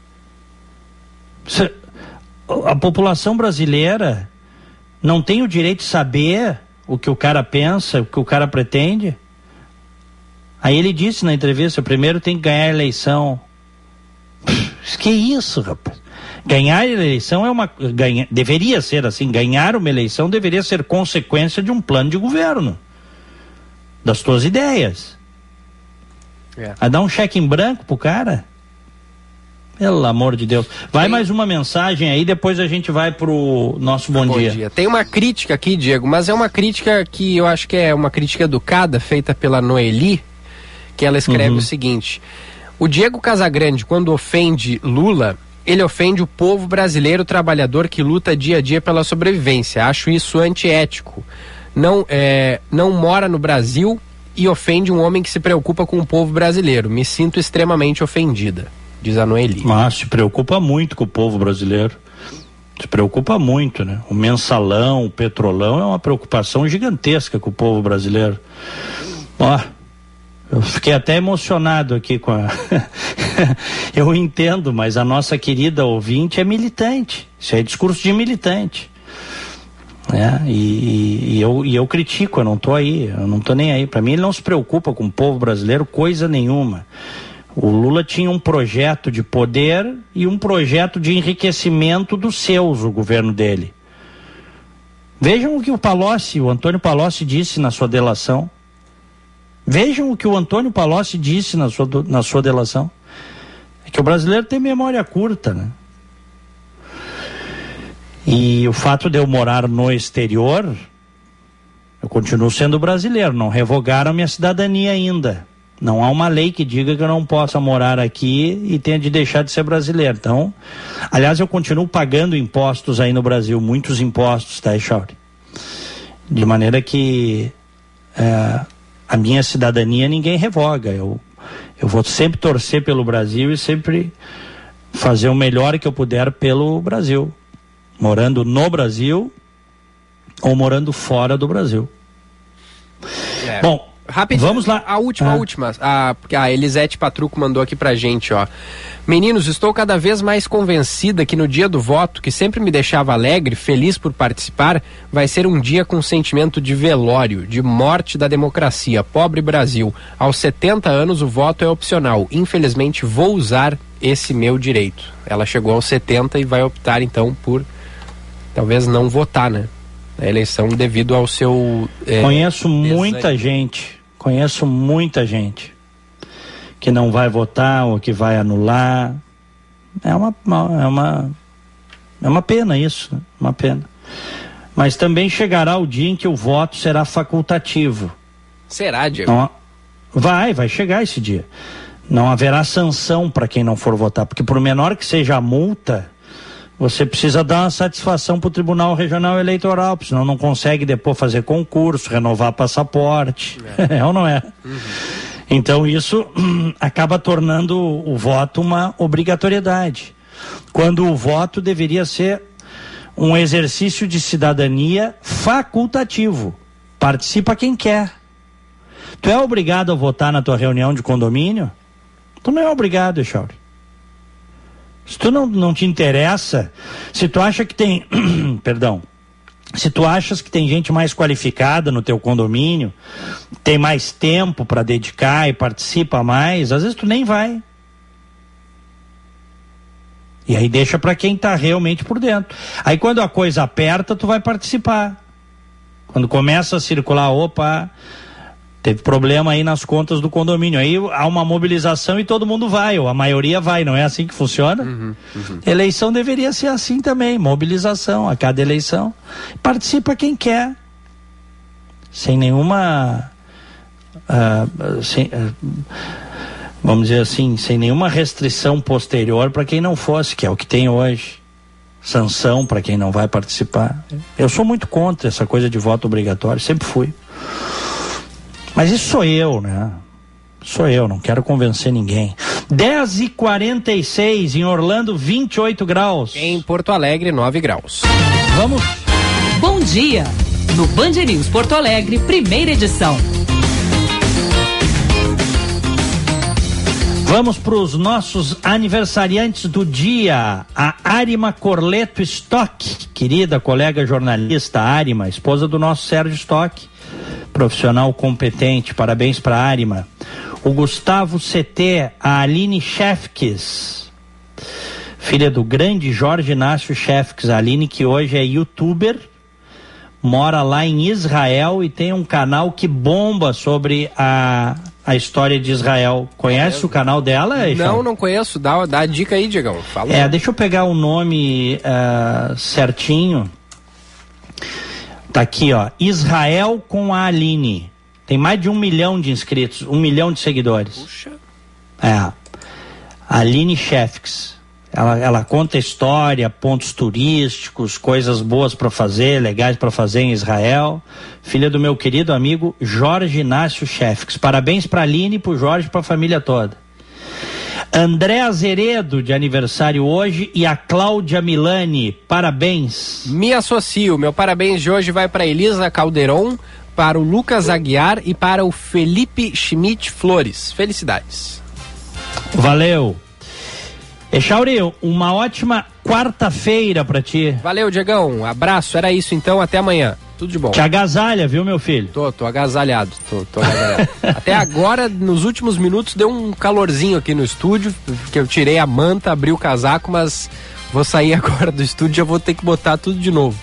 Speaker 2: A população brasileira não tem o direito de saber o que o cara pensa, o que o cara pretende. Aí ele disse na entrevista, primeiro tem que ganhar a eleição. Que isso, rapaz? Ganhar a eleição deveria ser assim, ganhar uma eleição deveria ser consequência de um plano de governo, das tuas ideias. A dar um cheque em branco pro cara? Pelo amor de Deus. Vai mais uma mensagem aí, depois a gente vai pro nosso bom dia.
Speaker 3: Tem uma crítica aqui, Diego, mas é uma crítica que eu acho que é uma crítica educada, feita pela Noeli, que ela escreve o seguinte: o Diego Casagrande, quando ofende Lula, ele ofende o povo brasileiro trabalhador que luta dia a dia pela sobrevivência. Acho isso antiético. Não mora no Brasil e ofende um homem que se preocupa com o povo brasileiro. Me sinto extremamente ofendida, diz a Noeli.
Speaker 2: Mas se preocupa muito com o povo brasileiro. Se preocupa muito, né? O mensalão, o petrolão é uma preocupação gigantesca com o povo brasileiro. Eu fiquei até emocionado aqui com a... Eu entendo, mas a nossa querida ouvinte é militante. Isso é discurso de militante. E eu critico, eu não tô aí, eu não tô nem aí. Para mim ele não se preocupa com o povo brasileiro, coisa nenhuma. O Lula tinha um projeto de poder e um projeto de enriquecimento dos seus, o governo dele. Vejam o que o Antônio Palocci disse na sua delação. Vejam o que o Antônio Palocci disse na sua delação. É que o brasileiro tem memória curta, né? E o fato de eu morar no exterior, eu continuo sendo brasileiro, não revogaram minha cidadania ainda. Não há uma lei que diga que eu não possa morar aqui e tenha de deixar de ser brasileiro. Então, aliás, eu continuo pagando impostos aí no Brasil, muitos impostos, tá, Echauri? De maneira que a minha cidadania ninguém revoga. Eu vou sempre torcer pelo Brasil e sempre fazer o melhor que eu puder pelo Brasil. Morando no Brasil ou morando fora do Brasil. Bom,
Speaker 3: rapidinho,
Speaker 2: vamos lá.
Speaker 3: A última. A Elisete Patruco mandou aqui pra gente, ó. Meninos, estou cada vez mais convencida que no dia do voto, que sempre me deixava alegre, feliz por participar, vai ser um dia com sentimento de velório, de morte da democracia. Pobre Brasil. Aos 70 anos o voto é opcional. Infelizmente vou usar esse meu direito. Ela chegou aos 70 e vai optar então por talvez não votar, né? Na eleição devido ao seu...
Speaker 2: Conheço muita gente que não vai votar ou que vai anular. É uma pena isso, uma pena. Mas também chegará o dia em que o voto será facultativo.
Speaker 3: Será, Diego?
Speaker 2: Não, vai chegar esse dia. Não haverá sanção para quem não for votar, porque por menor que seja a multa, você precisa dar uma satisfação para o Tribunal Regional Eleitoral, porque senão não consegue depois fazer concurso, renovar passaporte. É ou não é? Uhum. Então isso acaba tornando o voto uma obrigatoriedade, quando o voto deveria ser um exercício de cidadania facultativo. Participa quem quer. Tu é obrigado a votar na tua reunião de condomínio? Tu não é obrigado, Echauri. Se tu não te interessa, se tu acha que tem perdão, se tu achas que tem gente mais qualificada no teu condomínio, tem mais tempo para dedicar e participa mais, às vezes tu nem vai. E aí deixa para quem tá realmente por dentro. Aí quando a coisa aperta, tu vai participar. Quando começa a circular, opa, teve problema aí nas contas do condomínio. Aí há uma mobilização e todo mundo vai, ou a maioria vai, não é assim que funciona? Uhum. Eleição deveria ser assim também, mobilização a cada eleição. Participa quem quer. Sem nenhuma... vamos dizer assim, sem nenhuma restrição posterior para quem não fosse, que é o que tem hoje. Sanção para quem não vai participar. Eu sou muito contra essa coisa de voto obrigatório, sempre fui. Mas isso sou eu, né? Sou eu, não quero convencer ninguém. 10h46 em Orlando, 28 graus.
Speaker 3: Em Porto Alegre, 9 graus.
Speaker 2: Vamos.
Speaker 1: Bom dia, no Band News Porto Alegre, primeira edição.
Speaker 2: Vamos para os nossos aniversariantes do dia. A Arima Corleto Stock, querida colega jornalista Arima, esposa do nosso Sérgio Stock, profissional competente, parabéns para a Arima. O Gustavo CT, a Aline Shefkes, filha do grande Jorge Inácio Shefkes, a Aline que hoje é youtuber, mora lá em Israel e tem um canal que bomba sobre a história de Israel. Conhece o canal dela, Eixão?
Speaker 3: Não conheço. Dá a dica aí, Diegão. Fala.
Speaker 2: Deixa eu pegar o nome certinho. Tá aqui, ó. Israel com a Aline. Tem mais de 1 milhão de inscritos, 1 milhão de seguidores.
Speaker 3: Puxa.
Speaker 2: Aline Shefkes. Ela conta história, pontos turísticos, coisas boas para fazer, legais para fazer em Israel. Filha do meu querido amigo Jorge Inácio Shefkes. Parabéns para a Aline, para o Jorge e para a família toda. André Azeredo, de aniversário hoje, e a Cláudia Milani. Parabéns.
Speaker 3: Me associo. Meu parabéns de hoje vai para Elisa Calderon, para o Lucas Aguiar e para o Felipe Schmidt Flores. Felicidades.
Speaker 2: Valeu. Echauri, uma ótima quarta-feira pra ti.
Speaker 3: Valeu, Diegão. Abraço. Era isso então. Até amanhã. Tudo de bom.
Speaker 2: Te agasalha, viu, meu filho?
Speaker 3: Tô agasalhado. Tô agasalhado. Até agora, nos últimos minutos, deu um calorzinho aqui no estúdio, que eu tirei a manta, abri o casaco, vou sair agora do estúdio e já vou ter que botar tudo de novo.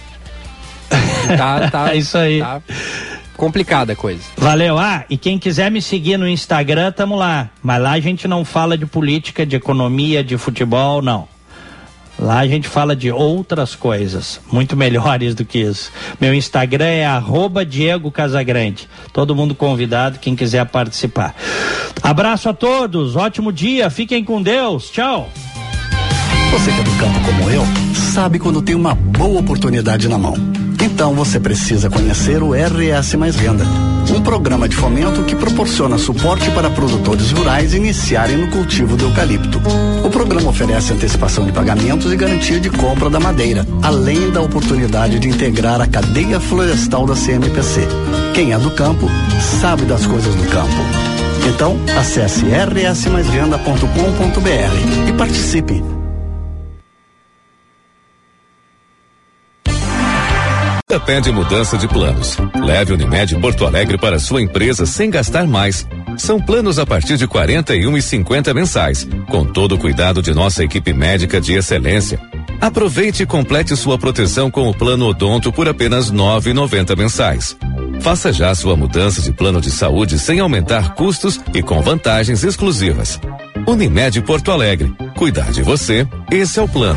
Speaker 3: Tá
Speaker 2: isso aí.
Speaker 3: Tá complicada a coisa.
Speaker 2: Valeu. E quem quiser me seguir no Instagram, tamo lá. Mas lá a gente não fala de política, de economia, de futebol, não. Lá a gente fala de outras coisas, muito melhores do que isso. Meu Instagram é @Diego Casagrande. Todo mundo convidado, quem quiser participar. Abraço a todos, ótimo dia, fiquem com Deus, tchau.
Speaker 9: Você que é do campo como eu, sabe quando tem uma boa oportunidade na mão. Então você precisa conhecer o RS Mais Renda, um programa de fomento que proporciona suporte para produtores rurais iniciarem no cultivo do eucalipto. O programa oferece antecipação de pagamentos e garantia de compra da madeira, além da oportunidade de integrar a cadeia florestal da CMPC. Quem é do campo, sabe das coisas do campo. Então, acesse rsmaisrenda.com.br e participe.
Speaker 11: Depende mudança de planos. Leve Unimed Porto Alegre para sua empresa sem gastar mais. São planos a partir de 41,50 mensais, com todo o cuidado de nossa equipe médica de excelência. Aproveite e complete sua proteção com o plano Odonto por apenas 9,90 mensais. Faça já sua mudança de plano de saúde sem aumentar custos e com vantagens exclusivas. Unimed Porto Alegre. Cuidar de você, esse é o plano.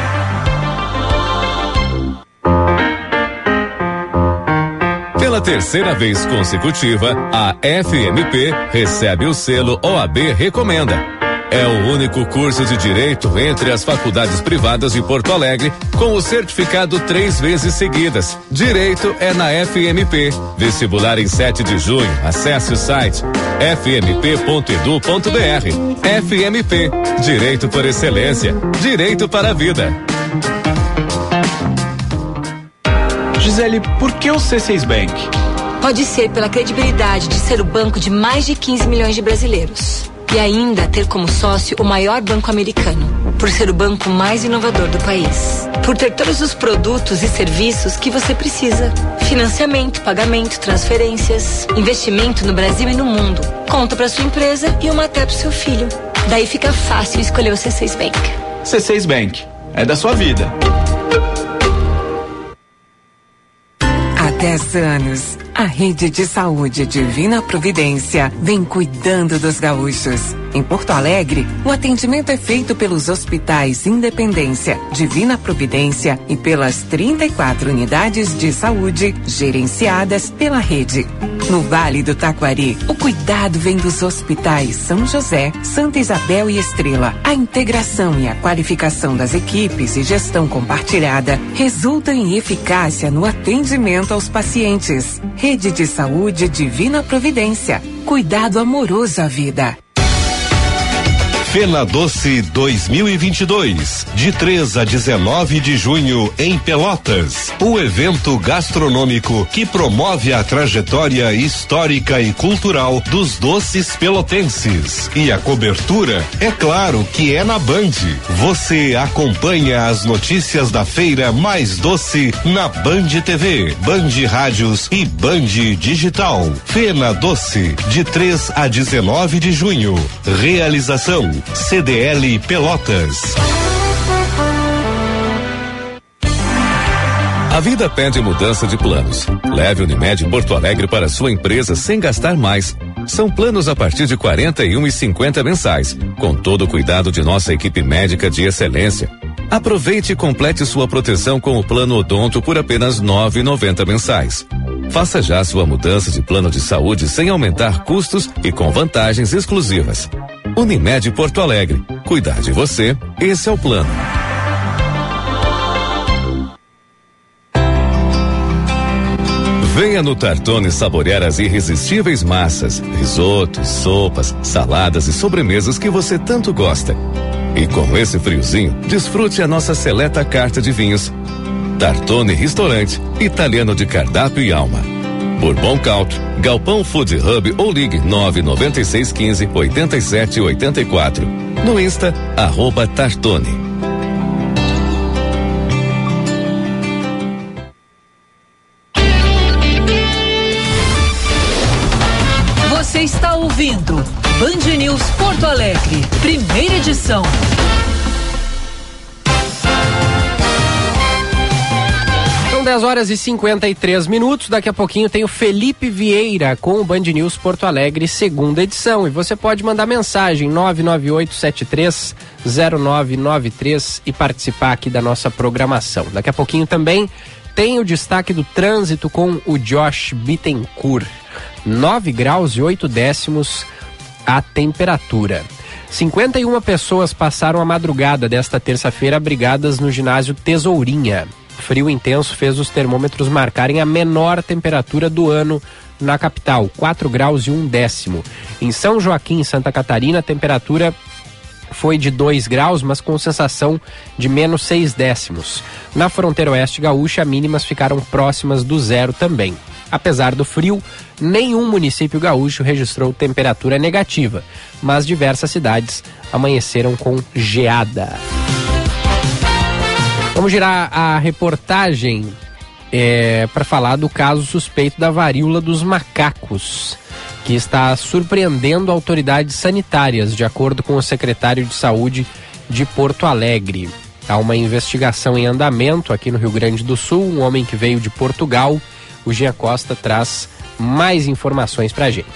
Speaker 11: Pela terceira vez consecutiva, a FMP recebe o selo OAB Recomenda. É o único curso de direito entre as faculdades privadas de Porto Alegre com o certificado 3 vezes seguidas. Direito é na FMP. Vestibular em 7 de junho. Acesse o site fmp.edu.br. FMP. Direito por excelência. Direito para a vida.
Speaker 12: Gisele, por que o C6 Bank?
Speaker 13: Pode ser pela credibilidade de ser o banco de mais de 15 milhões de brasileiros. E ainda ter como sócio o maior banco americano, por ser o banco mais inovador do país. Por ter todos os produtos e serviços que você precisa. Financiamento, pagamento, transferências, investimento no Brasil e no mundo. Conta para sua empresa e uma até para o seu filho. Daí fica fácil escolher o C6 Bank.
Speaker 12: C6 Bank, é da sua vida.
Speaker 14: Há 10 anos, a Rede de Saúde Divina Providência vem cuidando dos gaúchos. Em Porto Alegre, o atendimento é feito pelos hospitais Independência, Divina Providência e pelas 34 unidades de saúde gerenciadas pela rede. No Vale do Taquari, o cuidado vem dos hospitais São José, Santa Isabel e Estrela. A integração e a qualificação das equipes e gestão compartilhada resultam em eficácia no atendimento aos pacientes. Rede de Saúde Divina Providência. Cuidado amoroso à vida.
Speaker 15: Fena Doce 2022, de 3 a 19 de junho em Pelotas. O evento gastronômico que promove a trajetória histórica e cultural dos doces pelotenses. E a cobertura, é claro que é na Band. Você acompanha as notícias da feira mais doce na Band TV, Band Rádios e Band Digital. Fena Doce, de 3 a 19 de junho. Realização CDL Pelotas.
Speaker 11: A vida pede mudança de planos. Leve Unimed Porto Alegre para sua empresa sem gastar mais. São planos a partir de 41,50 mensais, com todo o cuidado de nossa equipe médica de excelência. Aproveite e complete sua proteção com o plano Odonto por apenas 9,90 mensais. Faça já sua mudança de plano de saúde sem aumentar custos e com vantagens exclusivas. Unimed Porto Alegre. Cuidar de você, esse é o plano. Venha no Tartone saborear as irresistíveis massas, risotos, sopas, saladas e sobremesas que você tanto gosta. E com esse friozinho, desfrute a nossa seleta carta de vinhos. Tartone Restaurante, italiano de cardápio e alma. Bourbon Country, Galpão Food Hub ou ligue 99615 8784. No Insta, @Tartone.
Speaker 1: Você está ouvindo Band News Porto Alegre, primeira edição.
Speaker 3: São 10 horas e 53 minutos. Daqui a pouquinho tem o Felipe Vieira com o Band News Porto Alegre, segunda edição. E você pode mandar mensagem 998730993 e participar aqui da nossa programação. Daqui a pouquinho também tem o destaque do trânsito com o Josh Bittencourt. 9 graus e 8 décimos a temperatura. 51 pessoas passaram a madrugada desta terça-feira abrigadas no ginásio Tesourinha. Frio intenso fez os termômetros marcarem a menor temperatura do ano na capital, 4 graus e 1 décimo. Em São Joaquim, Santa Catarina, a temperatura foi de 2 graus, mas com sensação de menos 6 décimos. Na fronteira oeste gaúcha, mínimas ficaram próximas do zero também. Apesar do frio, nenhum município gaúcho registrou temperatura negativa, mas diversas cidades amanheceram com geada. Vamos girar a reportagem para falar do caso suspeito da varíola dos macacos, que está surpreendendo autoridades sanitárias, de acordo com o secretário de Saúde de Porto Alegre. Há uma investigação em andamento aqui no Rio Grande do Sul, um homem que veio de Portugal. O Gia Costa traz mais informações pra gente.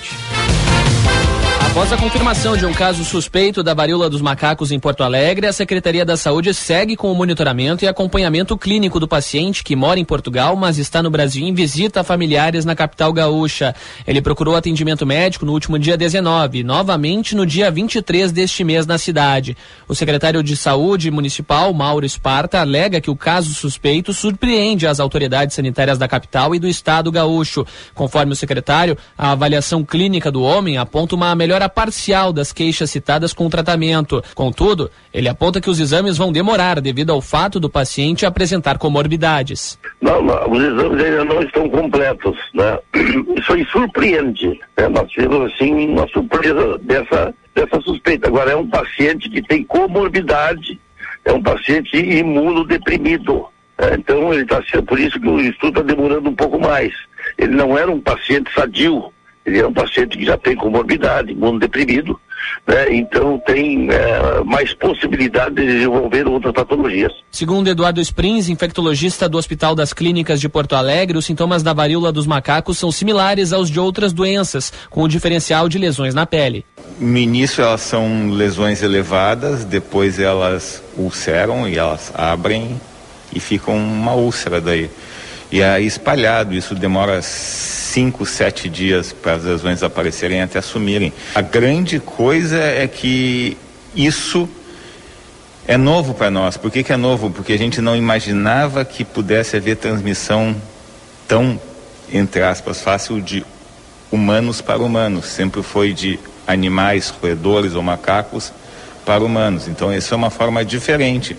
Speaker 4: Após a confirmação de um caso suspeito da varíola dos macacos em Porto Alegre, a Secretaria da Saúde segue com o monitoramento e acompanhamento clínico do paciente que mora em Portugal, mas está no Brasil em visita a familiares na capital gaúcha. Ele procurou atendimento médico no último dia 19 e novamente no dia 23 deste mês na cidade. O secretário de Saúde municipal, Mauro Esparta, alega que o caso suspeito surpreende as autoridades sanitárias da capital e do estado gaúcho. Conforme o secretário, a avaliação clínica do homem aponta uma melhora parcial das queixas citadas com o tratamento. Contudo, ele aponta que os exames vão demorar devido ao fato do paciente apresentar comorbidades.
Speaker 16: Não, os exames ainda não estão completos, né? Isso aí surpreende, né? Nós tivemos assim uma surpresa dessa suspeita. Agora é um paciente que tem comorbidade, é um paciente imunodeprimido. Então ele está sendo, por isso que o estudo está demorando um pouco mais. Ele não era um paciente sadio. Ele é um paciente que já tem comorbidade, imunodeprimido, né? Então tem mais possibilidade de desenvolver outras patologias.
Speaker 4: Segundo Eduardo Sprins, infectologista do Hospital das Clínicas de Porto Alegre, os sintomas da varíola dos macacos são similares aos de outras doenças, com o diferencial de lesões na pele.
Speaker 17: No início elas são lesões elevadas, depois elas ulceram e elas abrem e ficam uma úlcera daí. E aí espalhado, isso demora 5, 7 dias para as lesões aparecerem até sumirem. A grande coisa é que isso é novo para nós. Por que é novo? Porque a gente não imaginava que pudesse haver transmissão tão, entre aspas, fácil de humanos para humanos. Sempre foi de animais, roedores ou macacos para humanos. Então isso é uma forma diferente.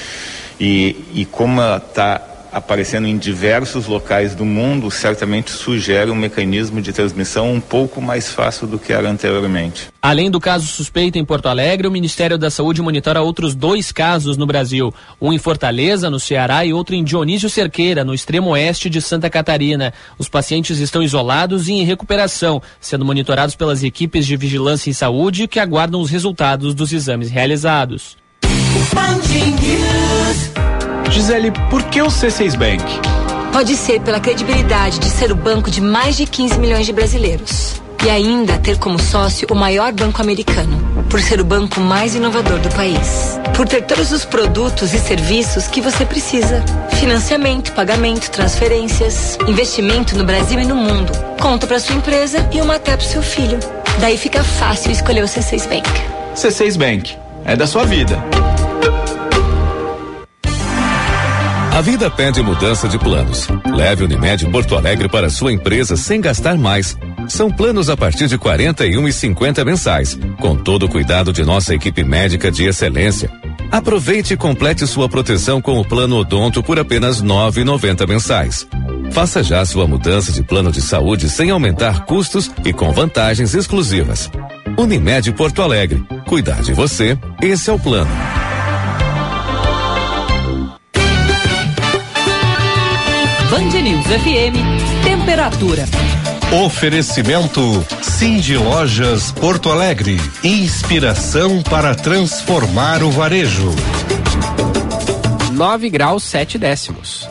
Speaker 17: E como ela está aparecendo em diversos locais do mundo, certamente sugere um mecanismo de transmissão um pouco mais fácil do que era anteriormente.
Speaker 4: Além do caso suspeito em Porto Alegre, o Ministério da Saúde monitora outros 2 casos no Brasil. Um em Fortaleza, no Ceará, e outro em Dionísio Cerqueira, no extremo oeste de Santa Catarina. Os pacientes estão isolados e em recuperação, sendo monitorados pelas equipes de vigilância em saúde que aguardam os resultados dos exames realizados.
Speaker 12: Gisele, por que o C6 Bank?
Speaker 13: Pode ser pela credibilidade de ser o banco de mais de 15 milhões de brasileiros. E ainda ter como sócio o maior banco americano, por ser o banco mais inovador do país. Por ter todos os produtos e serviços que você precisa. Financiamento, pagamento, transferências, investimento no Brasil e no mundo. Conta para sua empresa e uma até para o seu filho. Daí fica fácil escolher o C6 Bank.
Speaker 12: C6 Bank, é da sua vida.
Speaker 11: A vida pede mudança de planos. Leve Unimed Porto Alegre para sua empresa sem gastar mais. São planos a partir de R$ 41,50 mensais, com todo o cuidado de nossa equipe médica de excelência. Aproveite e complete sua proteção com o plano Odonto por apenas R$ 9,90 mensais. Faça já sua mudança de plano de saúde sem aumentar custos e com vantagens exclusivas. Unimed Porto Alegre. Cuidar de você, esse é o plano.
Speaker 1: Band News FM, temperatura.
Speaker 15: Oferecimento Cindy Lojas Porto Alegre. Inspiração para transformar o varejo.
Speaker 3: 9 graus 7 décimos.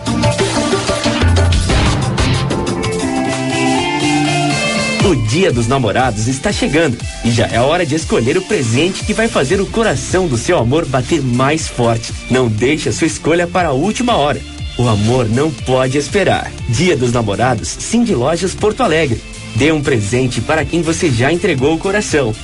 Speaker 18: O Dia dos Namorados está chegando e já é hora de escolher o presente que vai fazer o coração do seu amor bater mais forte. Não deixe a sua escolha para a última hora. O amor não pode esperar. Dia dos Namorados, Cindy Lojas Porto Alegre. Dê um presente para quem você já entregou o coração.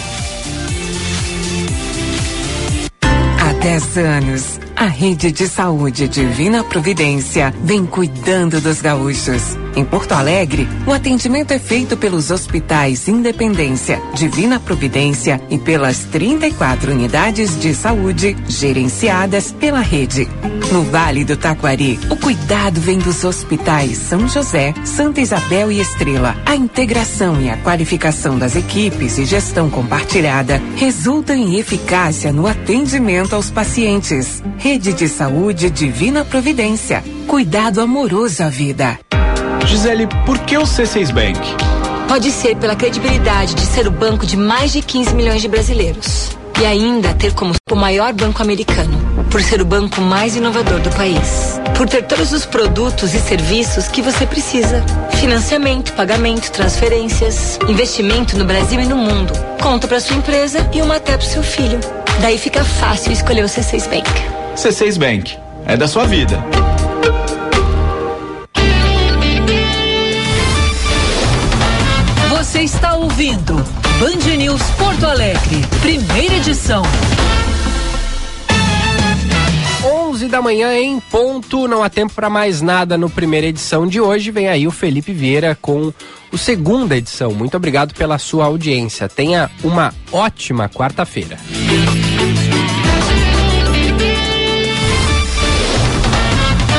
Speaker 14: Há 10 anos, a Rede de Saúde Divina Providência vem cuidando dos gaúchos. Em Porto Alegre, o atendimento é feito pelos hospitais Independência, Divina Providência e pelas 34 unidades de saúde gerenciadas pela rede. No Vale do Taquari, o cuidado vem dos hospitais São José, Santa Isabel e Estrela. A integração e a qualificação das equipes e gestão compartilhada resultam em eficácia no atendimento aos pacientes. Rede de Saúde Divina Providência. Cuidado amoroso à vida.
Speaker 12: Gisele, por que o C6 Bank?
Speaker 13: Pode ser pela credibilidade de ser o banco de mais de 15 milhões de brasileiros. E ainda ter como o maior banco americano. Por ser o banco mais inovador do país. Por ter todos os produtos e serviços que você precisa. Financiamento, pagamento, transferências, investimento no Brasil e no mundo. Conta para sua empresa e uma até para o seu filho. Daí fica fácil escolher o C6 Bank.
Speaker 12: C6 Bank. É da sua vida.
Speaker 1: Você está ouvindo Band News Porto Alegre, primeira edição.
Speaker 3: 11 da manhã em ponto, não há tempo para mais nada no primeira edição de hoje. Vem aí o Felipe Vieira com o segunda edição. Muito obrigado pela sua audiência. Tenha uma ótima quarta-feira.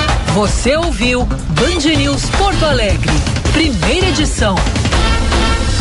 Speaker 1: Você ouviu Band News Porto Alegre, primeira edição.